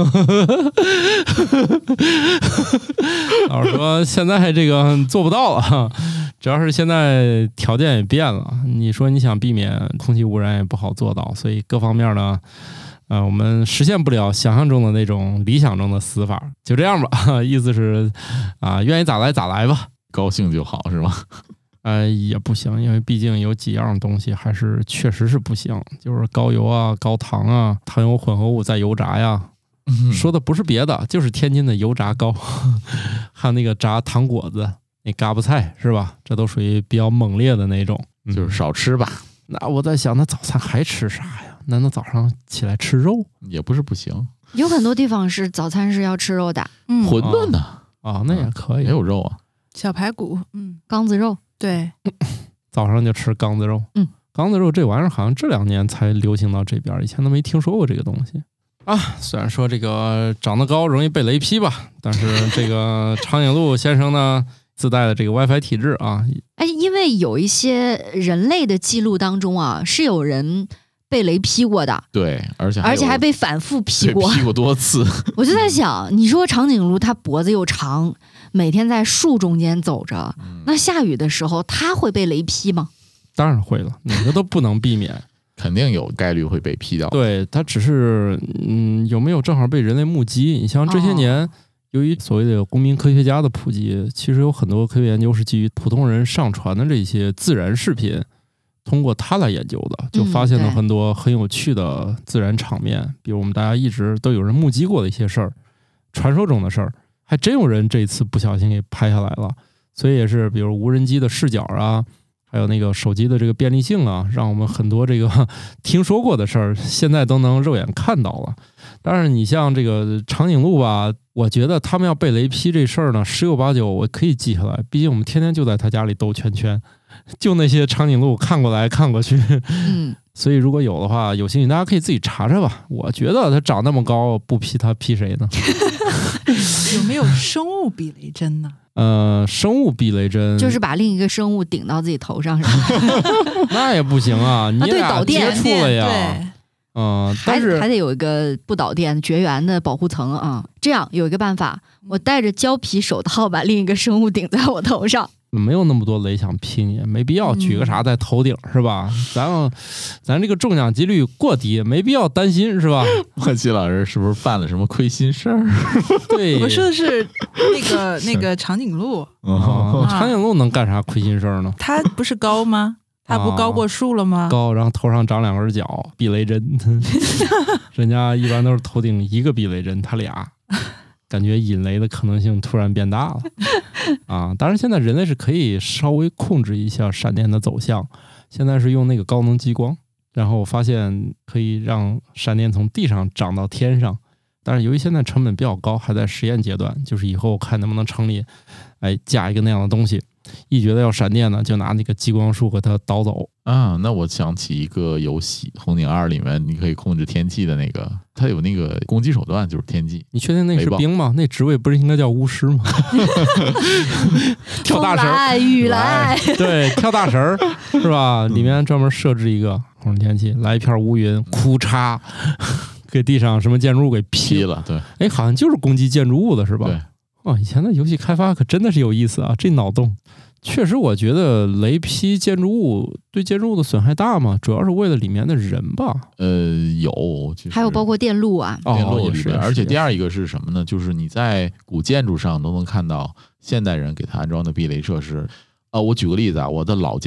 老师说现在这个做不到了，主要是现在条件也变了。你说你想避免空气污染也不好做到，所以各方面呢，呃，我们实现不了想象中的那种理想中的死法，就这样吧。意思是啊、呃，愿意咋来咋来吧， 高兴就好是吧？ 呃，也不行，因为毕竟有几样东西还是确实是不行，就是高油啊、高糖啊、糖油混合物再油炸呀。 嗯、 说的不是别的，就是天津的油炸糕，还有那个炸糖果子、那嘎巴菜是吧？这都属于比较猛烈的那种， 嗯、就是少吃吧。 那我在想，那早餐还吃啥呀？难道早上起来吃肉？ 也不是不行， 有很多地方是早餐是要吃肉的， 嗯， 馄饨呢？ 啊，那也可以， 没有肉啊， 小排骨，嗯， 缸子肉， 对， 早上就吃缸子肉。 嗯， 缸子肉这玩意儿好像这两年才流行到这边，以前都没听说过这个东西。啊，虽然说这个长得高容易被雷劈吧，但是这个长颈鹿先生呢自带的这个 WiFi 体质啊， 哎，因为有一些人类的记录当中啊，是有人被雷劈过的， 对，而且而且还被反复劈过， 劈过多次。 我就在想，你说长颈鹿它脖子又长，每天在树中间走着， 嗯、 那下雨的时候它会被雷劈吗？ 当然会了，哪个都不能避免。 肯定有概率会被劈掉。 对，它只是嗯有没有正好被人类目击？你像这些年，哦、由于所谓的公民科学家的普及，其实有很多科学研究是基于普通人上传的这些自然视频，通过它来研究的，就发现了很多很有趣的自然场面，嗯、比如我们大家一直都有人目击过的一些事儿，传说中的事儿，还真有人这一次不小心给拍下来了。所以也是，比如无人机的视角啊。还有那个手机的这个便利性啊，让我们很多这个听说过的事儿，现在都能肉眼看到了。但是你像这个长颈鹿吧，我觉得他们要被雷劈这事儿呢，十有八九我可以记下来。毕竟我们天天就在他家里兜圈圈，就那些长颈鹿看过来看过去。 嗯， 所以如果有的话，有兴趣大家可以自己查查吧。我觉得它长那么高，不劈它劈谁呢？ 有没有生物避雷针呢？ 呃，生物避雷针就是把另一个生物顶到自己头上，是吧？ 那也不行啊，你俩接触了呀。嗯、呃，但是还得有一个不导电绝缘的保护层啊。这样有一个办法，我戴着胶皮手套把另一个生物顶在我头上。 没有那么多雷想劈你，没必要举个啥在头顶、嗯、是吧？咱咱这个中奖几率过低，没必要担心是吧？ 莫奇老师是不是犯了什么亏心事儿？ 对， 我说的是那个那个长颈鹿、 哦啊，长颈鹿能干啥亏心事儿呢？ 它不是高吗？它不高过树了吗？ 啊、高，然后头上长两根角，避雷针。人家一般都是头顶一个避雷针，他俩。感觉引雷的可能性突然变大了啊！当然，现在人类是可以稍微控制一下闪电的走向。现在是用那个高能激光，然后发现可以让闪电从地上长到天上。但是由于现在成本比较高，还在实验阶段，就是以后看能不能城里，哎，架一个那样的东西。一觉得要闪电呢，就拿那个激光束给它导走啊。那我想起一个游戏《红警二》里面，你可以控制天气的那个，它有那个攻击手段就是天气。 你确定那是兵吗？那职位不是应该叫巫师吗？跳大神， 风来雨来， 对，跳大神是吧？里面专门设置一个控制天气，来一片乌云，哭嚓，给地上什么建筑物给劈了。对， 哎，好像就是攻击建筑物的是吧？ 对。 哦，以前的游戏开发可真的是有意思啊！这脑洞，确实我觉得雷劈建筑物对建筑物的损害大吗？主要是为了里面的人吧？ 呃，有， 还有包括电路啊， 电路里面。 哦、 而且第二一个是什么呢？就是你在古建筑上都能看到现代人给它安装的避雷设施。呃，我举个例子啊，我的老家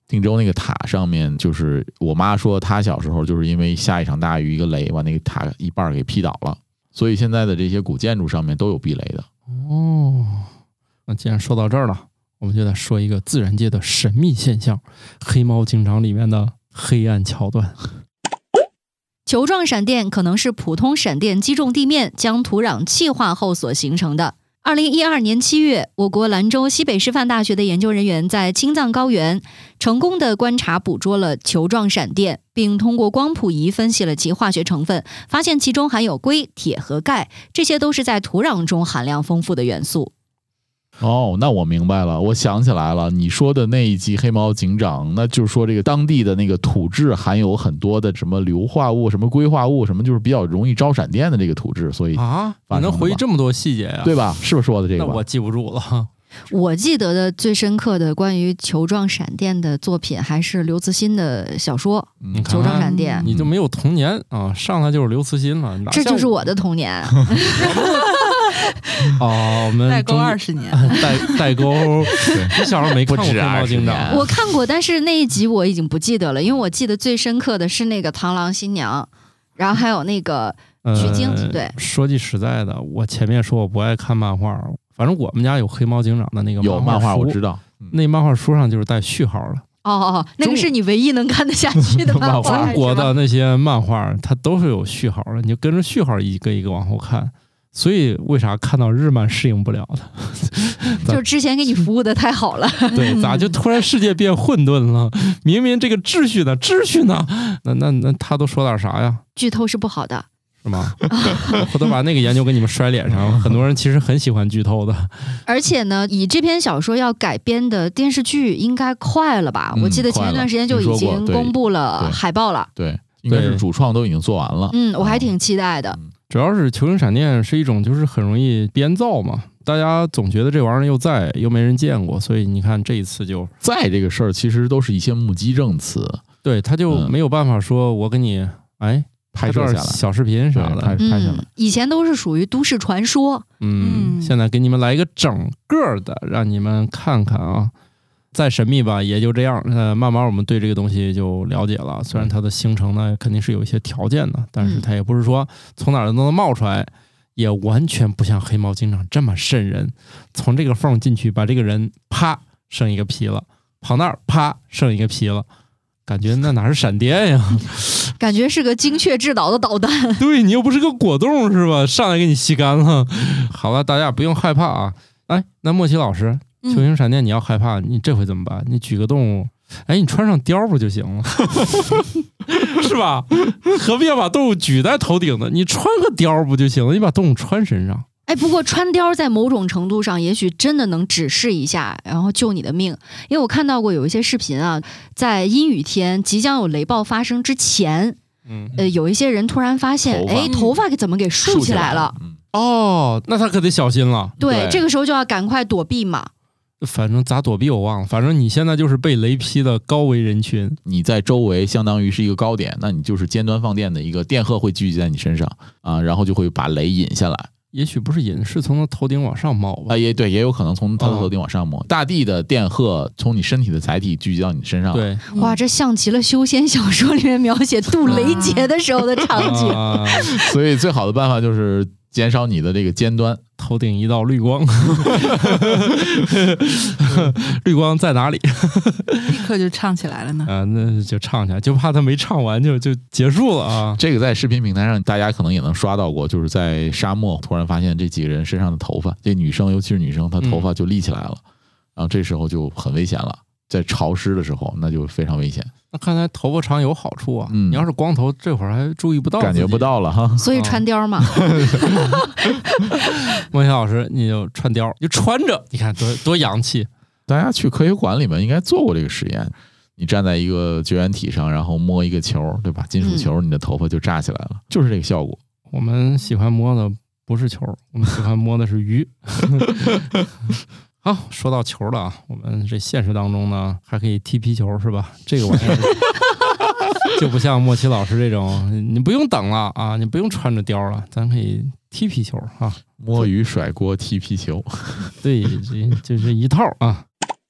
定州那个塔上面，就是我妈说她小时候就是因为下一场大雨，一个雷把那个塔一半给劈倒了，所以现在的这些古建筑上面都有避雷的。 哦，那既然说到这儿了，我们就得说一个自然界的神秘现象——黑猫警长里面的黑暗桥段。 球状闪电可能是普通闪电击中地面，将土壤气化后所形成的。二零一二年七月，我国兰州西北师范大学的研究人员在青藏高原成功的观察捕捉了球状闪电，并通过光谱仪分析了其化学成分，发现其中含有硅、铁和钙，这些都是在土壤中含量丰富的元素。 哦，那我明白了，我想起来了，你说的那一集黑猫警长，那就是说这个当地的那个土质含有很多的什么硫化物、什么硅化物，什么就是比较容易招闪电的这个土质，所以啊，你能回忆这么多细节呀、啊？ 对吧？是不是说的这个？ 那我记不住了。 我记得的最深刻的关于球状闪电的作品还是刘慈欣的小说《球状闪电》。 你就没有童年啊？上来就是刘慈欣了， 这就是我的童年。 哦，我们代沟二十年， 代代沟。你小时候没看过《黑猫警长》？ 我看过，但是那一集我已经不记得了，因为我记得最深刻的是那个螳螂新娘，然后还有那个取经。呃、对， 说句实在的，我前面说我不爱看漫画，反正我们家有黑猫警长的那个有漫画，我知道， 嗯、那漫画书上就是带序号的。 哦哦，那个是你唯一能看得下去的漫画。 中国的那些漫画，它都是有序号的，你就跟着序号一个一个往后看。所以为啥看到日漫适应不了的？ 就之前给你服务的太好了。 对，咋就突然世界变混沌了？明明这个秩序呢，秩序呢？那那那他都说点啥呀？ 剧透是不好的， 是吗？我回头把那个研究给你们摔脸上。很多人其实很喜欢剧透的。 而且呢，以这篇小说要改编的电视剧应该快了吧？ 嗯、 我记得前一段时间就已经公布了海报了。 对，对应该是主创都已经做完了。 嗯，我还挺期待的。 嗯主要是球形闪电是一种就是很容易编造嘛，大家总觉得这玩意儿又在又没人见过，所以你看这一次就在这个事儿其实都是一些目击证词， 对，他就没有办法说我给你、嗯、哎拍摄下来小视频啥的拍拍下来、嗯。 以前都是属于都市传说， 嗯，现在给你们来一个整个的，让你们看看啊。再神秘吧，也就这样。呃，慢慢我们对这个东西就了解了。虽然它的形成呢，肯定是有一些条件的，但是它也不是说从哪儿都能冒出来，也完全不像黑猫警长这么瘆人。从这个缝进去，把这个人啪剩一个皮了，跑那儿啪剩一个皮了，感觉那哪是闪电呀？ 感觉是个精确制导的导弹。 对，你又不是个果冻是吧？上来给你吸干了。好了，大家不用害怕啊。哎，那莫奇老师。球形闪电，你要害怕，你这回怎么办？你举个动物，哎，你穿上貂不就行了，是吧？何必要把动物举在头顶呢？你穿个貂不就行了？你把动物穿身上。 哎，不过穿貂在某种程度上，也许真的能指示一下，然后救你的命。因为我看到过有一些视频啊，在阴雨天即将有雷暴发生之前，嗯，呃，有一些人突然发现，哎，头发给怎么给竖起来了？ 嗯、 哦，那他可得小心了。 对，对这个时候就要赶快躲避嘛。 反正咋躲避我忘了，反正你现在就是被雷劈的高危人群， 你在周围相当于是一个高点，那你就是尖端放电的一个电荷会聚集在你身上啊，然后就会把雷引下来。 也许不是引，是从他头顶往上冒吧？ 啊，也对，也有可能从他的头顶往上冒。哦、大地的电荷从你身体的载体聚集到你身上。 对， 哇，这像极了修仙小说里面描写渡雷劫的时候的场景。 啊、 所以最好的办法就是减少你的这个尖端。 头顶一道绿光，绿光在哪里？ 立刻就唱起来了呢。 啊，那就唱起来，就怕他没唱完就就结束了啊。 这个在视频平台上大家可能也能刷到过，就是在沙漠突然发现这几个人身上的头发，这女生尤其是女生，她头发就立起来了，嗯、然后这时候就很危险了。在潮湿的时候，那就非常危险。 那看来头发长有好处啊！嗯、你要是光头，这会儿还注意不到， 感觉不到了哈。 所以穿貂嘛。 莫贤老师，你就穿貂，你就穿着，你看多多洋气。 大家去科学馆里面应该做过这个实验，你站在一个绝缘体上，然后摸一个球，对吧？金属球，你的头发就炸起来了，嗯、就是这个效果。 我们喜欢摸的不是球，我们喜欢摸的是鱼。好，说到球了啊，我们这现实当中呢，还可以踢皮球是吧？这个玩意儿就不像莫奇老师这种，你不用等了啊，你不用穿着貂了，咱可以踢皮球啊， 摸鱼甩锅踢皮球， 对，这这是一套啊。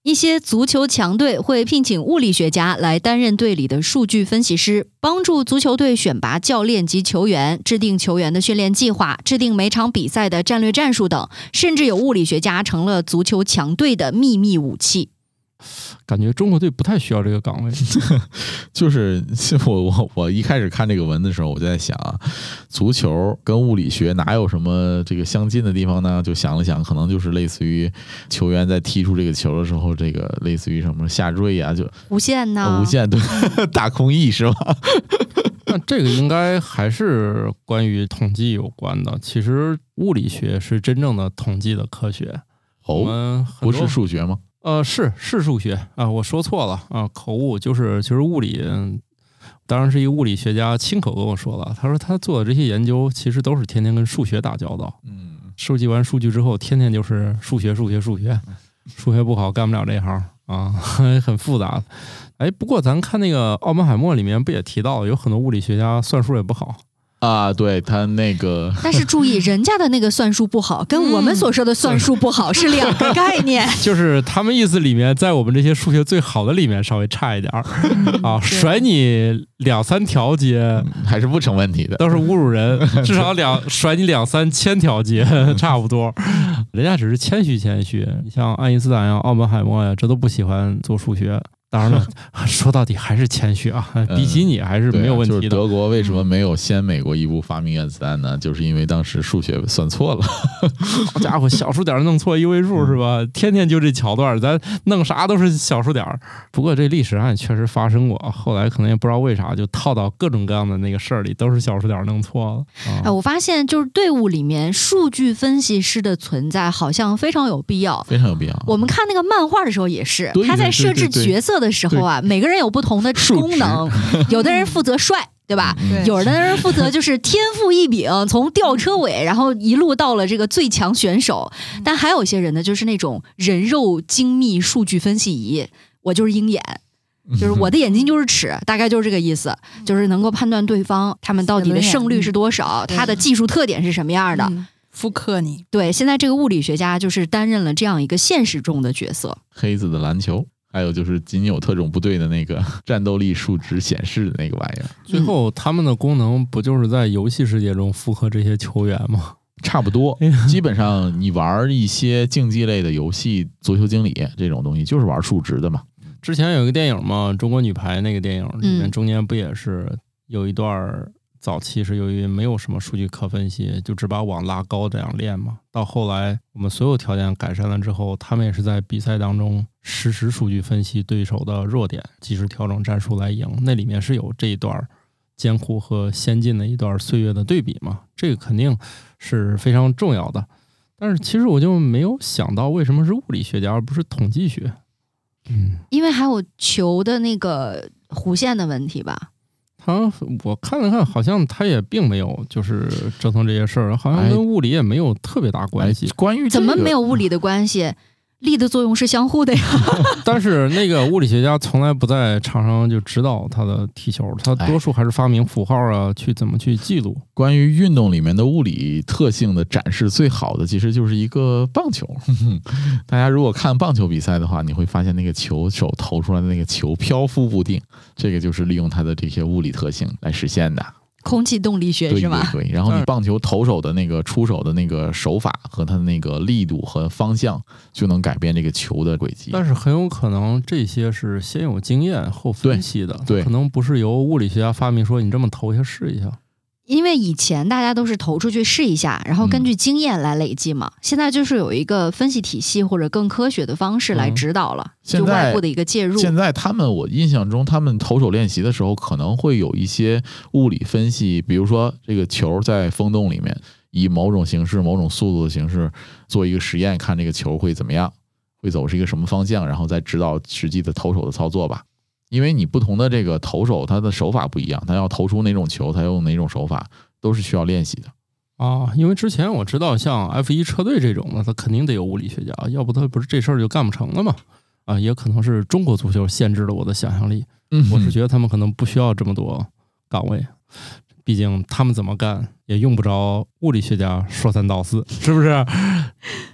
一些足球强队会聘请物理学家来担任队里的数据分析师，帮助足球队选拔教练及球员，制定球员的训练计划，制定每场比赛的战略战术等，甚至有物理学家成了足球强队的秘密武器。 感觉中国队不太需要这个岗位。 就是我我我一开始看这个文的时候，我就在想啊，足球跟物理学哪有什么这个相近的地方呢？就想了想，可能就是类似于球员在踢出这个球的时候，这个类似于什么下坠啊，就无限呢？ 无限对，大空翼是吧？ 那这个应该还是关于统计有关的。其实物理学是真正的统计的科学。 哦，不是数学吗？ 呃，是是数学啊，我说错了啊，口误。就是其实物理，当然是一个物理学家亲口跟我说了，他说他做的这些研究其实都是天天跟数学打交道。嗯，收集完数据之后，天天就是数学数学数学，数学不好干不了这行啊，很复杂。哎，不过咱看那个奥本海默里面不也提到了，有很多物理学家算术也不好。 啊，对他那个， 但是注意，人家的那个算术不好，跟我们所说的算术不好是两个概念。 就是他们意思里面，在我们这些数学最好的里面稍微差一点儿啊，甩你两三条街还是不成问题的， 都是侮辱人。至少两甩你两三千条街差不多，人家只是谦虚谦虚。你像爱因斯坦呀、奥本海默呀，这都不喜欢做数学。当然了，说到底还是谦虚啊，比起你还是没有问题的。 嗯啊、就是德国为什么没有先美国一步发明原子弹呢？就是因为当时数学算错了。 好家伙，小数点弄错一位数是吧？天天就这桥段，咱弄啥都是小数点。不过这历史上也确实发生过，后来可能也不知道为啥就套到各种各样的那个事儿里，都是小数点弄错了。啊、 哎，我发现就是队伍里面数据分析师的存在好像非常有必要， 非常有必要。 我们看那个漫画的时候也是，他在设置角色的时候啊，每个人有不同的功能，有的人负责帅，对吧？ 对， 有的人负责就是天赋异禀，从吊车尾然后一路到了这个最强选手。但还有一些人呢，就是那种人肉精密数据分析仪，我就是鹰眼。就是我的眼睛就是尺，大概就是这个意思，就是能够判断对方他们到底的胜率是多少，他的技术特点是什么样的。 嗯，复刻你。 对，现在这个物理学家就是担任了这样一个现实中的角色。 黑子的篮球，还有就是仅有特种部队的那个战斗力数值显示的那个玩意儿。 最后他们的功能不就是在游戏世界中复刻这些球员吗？ 差不多，基本上你玩一些竞技类的游戏，足球经理这种东西就是玩数值的嘛。 之前有一个电影嘛，中国女排那个电影里面，中间不也是有一段早期是由于没有什么数据可分析，就只把网拉高这样练嘛。到后来我们所有条件改善了之后，他们也是在比赛当中实时数据分析对手的弱点，及时调整战术来赢。那里面是有这一段艰苦和先进的一段岁月的对比嘛，这个肯定是非常重要的。但是其实我就没有想到为什么是物理学家而不是统计学。 嗯，因为还有球的那个弧线的问题吧。 他我看了看，好像他也并没有就是折腾这些事儿，好像跟物理也没有特别大关系。 哎、关于、这个、怎么没有物理的关系？力的作用是相互的呀。 但是那个物理学家从来不在场上就指导他的踢球，他多数还是发明符号啊，去怎么去记录。 关于运动里面的物理特性的展示，最好的其实就是一个棒球。大家如果看棒球比赛的话，你会发现那个球手投出来的那个球漂浮不定，这个就是利用它的这些物理特性来实现的。 空气动力学是吧？ 对对对，然后你棒球投手的那个出手的那个手法和它的那个力度和方向，就能改变这个球的轨迹。 但是很有可能这些是先有经验后分析的， 对， 可能不是由物理学家发明说你这么投一下试一下。 因为以前大家都是投出去试一下，然后根据经验来累积嘛。嗯、现在就是有一个分析体系或者更科学的方式来指导了，嗯、就外部的一个介入。 现在他们，我印象中，他们投手练习的时候可能会有一些物理分析，比如说这个球在风洞里面，以某种形式、某种速度的形式做一个实验，看这个球会怎么样，会走是一个什么方向，然后再指导实际的投手的操作吧。因为你不同的这个投手，他的手法不一样，他要投出哪种球，他用哪种手法，都是需要练习的啊。因为之前我知道，像 F 一 车队这种的，他肯定得有物理学家，要不他不是这事儿就干不成了嘛。啊，也可能是中国足球限制了我的想象力。嗯，我是觉得他们可能不需要这么多岗位，毕竟他们怎么干也用不着物理学家说三道四，是不是？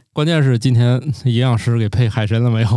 关键是今天营养师给配海参了没有？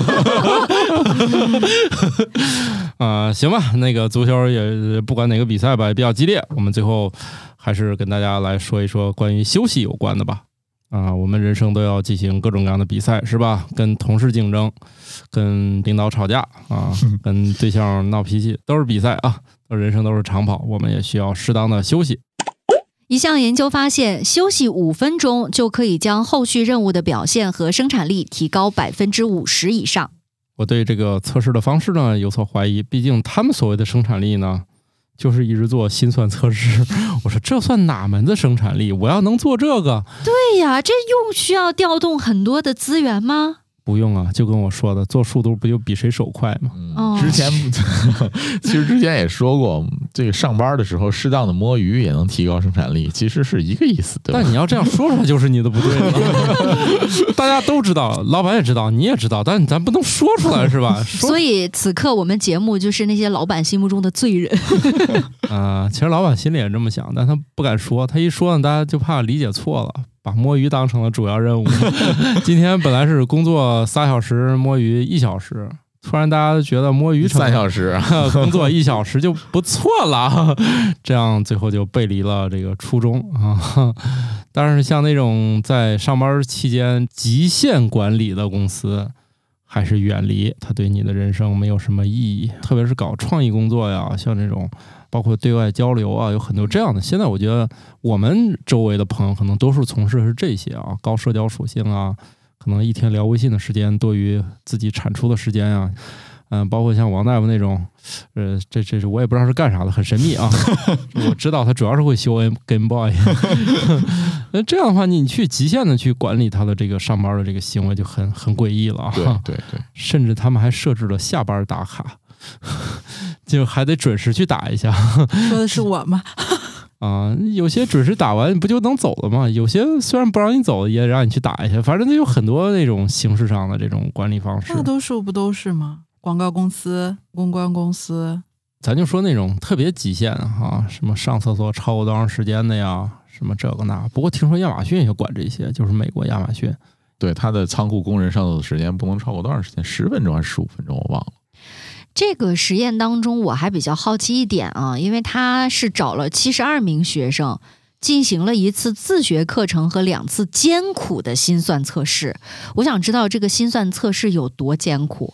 啊、呃，行吧，那个足球也不管哪个比赛吧，也比较激烈。我们最后还是跟大家来说一说关于休息有关的吧。啊、呃，我们人生都要进行各种各样的比赛，是吧？跟同事竞争，跟领导吵架啊，跟对象闹脾气，都是比赛啊。人生都是长跑，我们也需要适当的休息。 一项研究发现，休息五分钟就可以将后续任务的表现和生产力提高百分之五十以上。 我对这个测试的方式呢有所怀疑，毕竟他们所谓的生产力呢，就是一直做心算测试。我说这算哪门子生产力？我要能做这个？ 对呀，这用需要调动很多的资源吗？ 不用啊，就跟我说的，做数独不就比谁手快吗？ 嗯， 之前其实之前也说过，这个上班的时候适当的摸鱼也能提高生产力，其实是一个意思，对吧？ 但你要这样说出来，就是你的不对了。大家都知道，老板也知道，你也知道，但咱不能说出来，是吧？ 所以此刻我们节目就是那些老板心目中的罪人。 啊、呃，其实老板心里也这么想，但他不敢说，他一说呢，大家就怕理解错了。把摸鱼当成了主要任务。今天本来是工作仨小时，摸鱼一小时，突然大家都觉得摸鱼成三小时， 工作一小时就不错了，这样最后就背离了这个初衷啊。但是像那种在上班期间极限管理的公司，还是远离，它对你的人生没有什么意义。特别是搞创意工作呀，像这种包括对外交流啊，有很多这样的。现在我觉得我们周围的朋友可能多数从事的是这些啊，高社交属性啊，可能一天聊微信的时间多于自己产出的时间啊。嗯，包括像王大夫那种，呃，这这是我也不知道是干啥的，很神秘啊。我知道他主要是会修 Game Boy。那这样的话，你去极限的去管理他的这个上班的这个行为，就很很诡异了啊。 对对对， 甚至他们还设置了下班打卡。就还得准时去打一下。 说的是我吗？ 啊，有些准时打完不就能走了吗？有些虽然不让你走，也让你去打一下。反正有很多那种形式上的这种管理方式。 大多数不都是吗？广告公司、公关公司， 咱就说那种特别极限啊，什么上厕所超过多长时间的呀，什么这个那。不过听说亚马逊也管这些，就是美国亚马逊， 对他的仓库工人上厕所时间不能超过多长时间？十分钟还是十五分钟？我忘了。 这个实验当中，我还比较好奇一点啊，因为他是找了七十二名学生，进行了一次自学课程和两次艰苦的心算测试。我想知道这个心算测试有多艰苦。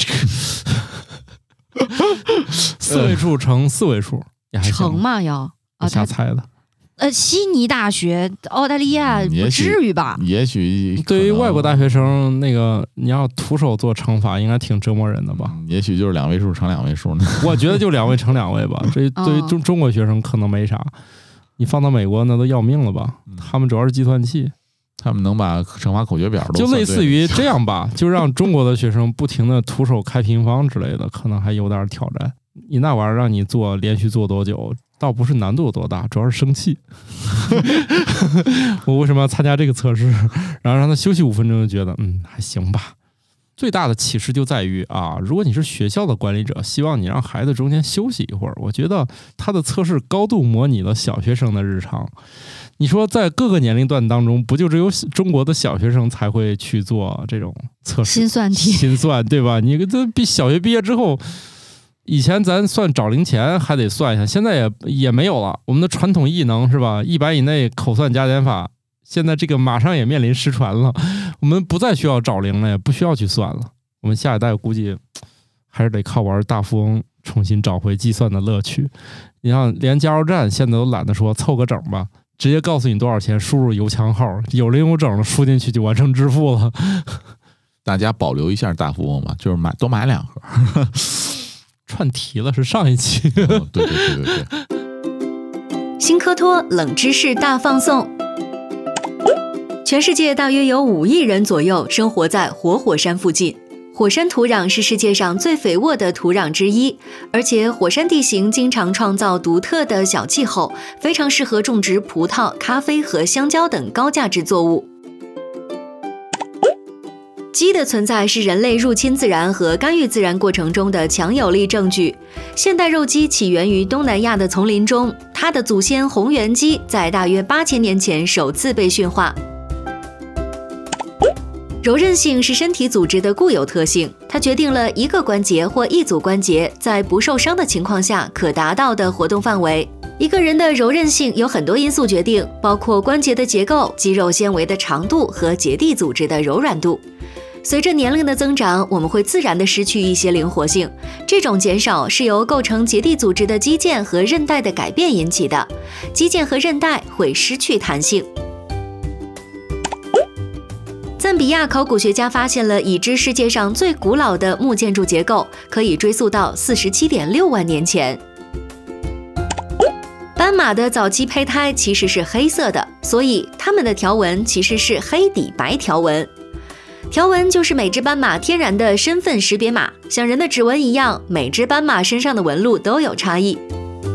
四位数乘四位数也还行， 乘嘛要啊， 瞎猜的。 呃，悉尼大学、澳大利亚不至于吧？ 也许对于外国大学生，那个你要徒手做乘法，应该挺折磨人的吧？ 也许就是两位数乘两位数呢。 我觉得就两位乘两位吧。这对于中中国学生可能没啥，你放到美国那都要命了吧？他们主要是计算器， 他们能把乘法口诀表都就类似于这样吧，就让中国的学生不停的徒手开平方之类的，可能还有点挑战。你那玩意儿让你做，连续做多久？倒不是难度有多大，主要是生气。我为什么要参加这个测试？然后让他休息五分钟，就觉得嗯还行吧。最大的启示就在于啊，如果你是学校的管理者，希望你让孩子中间休息一会儿，我觉得他的测试高度模拟了小学生的日常。你说在各个年龄段当中，不就只有中国的小学生才会去做这种测试？ 心算题， 心算对吧？你这比小学毕业之后。以前咱算找零钱还得算一下，现在也也没有了。我们的传统艺能是吧？一百以内口算加减法，现在这个马上也面临失传了。我们不再需要找零了，也不需要去算了。我们下一代估计还是得靠玩大富翁重新找回计算的乐趣。你像连加油站现在都懒得说凑个整吧，直接告诉你多少钱，输入油枪号，有零有整的输进去就完成支付了。 大家保留一下大富翁吧，就是买多买两盒。 串题了，是上一期。 哦、对对对对对。 新科托冷知识大放送。全世界大约有五亿人左右生活在活火山附近，火山土壤是世界上最肥沃的土壤之一，而且火山地形经常创造独特的小气候，非常适合种植葡萄、咖啡和香蕉等高价值作物。鸡的存在是人类入侵自然和干预自然过程中的强有力证据。现代肉鸡起源于东南亚的丛林中，它的祖先红原鸡在大约八千年前首次被驯化。 柔韧性是身体组织的固有特性，它决定了一个关节或一组关节在不受伤的情况下可达到的活动范围。一个人的柔韧性有很多因素决定，包括关节的结构、肌肉纤维的长度和结缔组织的柔软度。随着年龄的增长，我们会自然地失去一些灵活性，这种减少是由构成结缔组织的肌腱和韧带的改变引起的，肌腱和韧带会失去弹性。赞比亚考古学家发现了已知世界上最古老的木建筑结构，可以追溯到 四十七点六万年前。斑马的早期胚胎其实是黑色的，所以它们的条纹其实是黑底白条纹。条纹就是每只斑马天然的身份识别码，像人的指纹一样，每只斑马身上的纹路都有差异。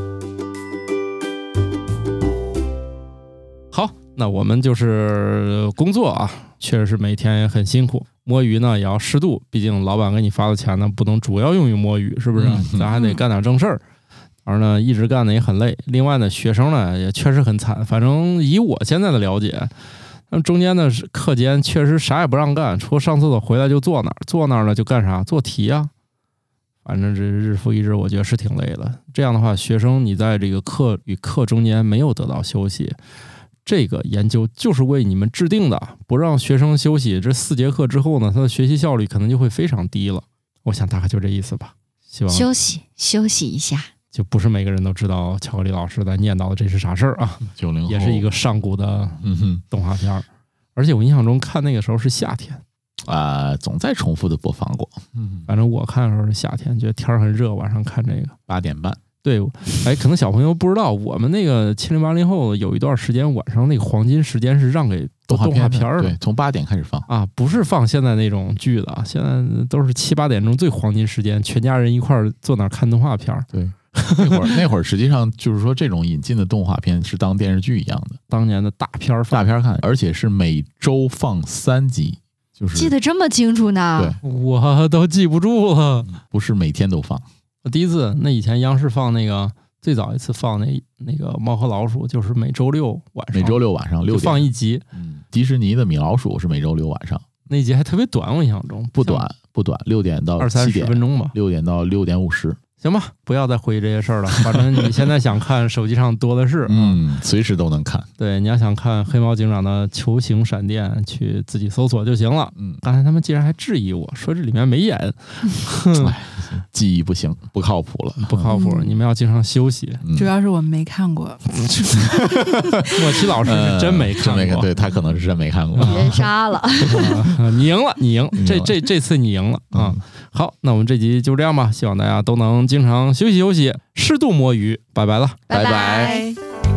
好，那我们就是工作啊，确实是每天也很辛苦，摸鱼呢也要适度，毕竟老板给你发的钱呢不能主要用于摸鱼，是不是？咱还得干点正事儿。而呢，一直干的也很累。另外呢，学生呢也确实很惨。反正以我现在的了解，那中间的课间确实啥也不让干，除了上厕所回来就坐那儿，坐那儿呢就干啥？做题啊。反正这日复一日，我觉得是挺累的。这样的话，学生你在这个课与课中间没有得到休息，这个研究就是为你们制定的，不让学生休息，这四节课之后呢，他的学习效率可能就会非常低了。我想大概就这意思吧。希望休息休息一下。 就不是每个人都知道巧克力老师在念叨的这是啥事儿啊？ 九零后也是一个上古的动画片、嗯、而且我印象中看那个时候是夏天啊、呃，总在重复的播放过。 嗯，反正我看的时候是夏天，觉得天儿很热，晚上看这个八点半。 对，哎，可能小朋友不知道，我们那个七零八零后有一段时间晚上那个黄金时间是让给动画片的， 对，从八点开始放啊，不是放现在那种剧的，现在都是七八点钟最黄金时间，全家人一块儿坐那儿看动画片。 对。那会儿，那会儿实际上就是说，这种引进的动画片是当电视剧一样的， 当年的大片儿大片儿看，而且是每周放三集，就是记得这么清楚呢。 对， 我都记不住了， 不是每天都放。 我第一次，那以前央视放那个最早一次放那那个猫和老鼠，就是每周六晚上， 每周六晚上六点放一集。 嗯，迪士尼的米老鼠是每周六晚上， 那一集还特别短，我印象中不短不短，六点到二三十分钟吧， 六点到六点五十。 行吧，不要再回忆这些事儿了。反正你现在想看，手机上多的是， 嗯，随时都能看。 对，你要想看黑猫警长的球形闪电，去自己搜索就行了。嗯，刚才他们竟然还质疑我说这里面没演， 哎，记忆不行，不靠谱了， 不靠谱。嗯、你们要经常休息。 嗯、主要是我们没看过。 莫奇老师是真没看过， 呃、对他可能是真没看过。 别杀了， 你赢了，你赢，这这这次你赢了啊！嗯、好，那我们这集就这样吧，希望大家都能经常休息休息，适度摸鱼，拜拜了， 拜拜。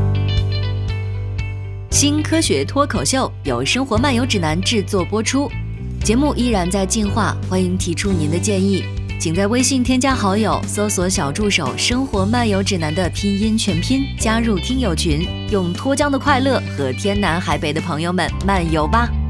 新科学脱口秀由生活漫游指南制作播出，节目依然在进化，欢迎提出您的建议，请在微信添加好友，搜索小助手生活漫游指南的拼音全拼，加入听友群，用脱缰的快乐和天南海北的朋友们漫游吧。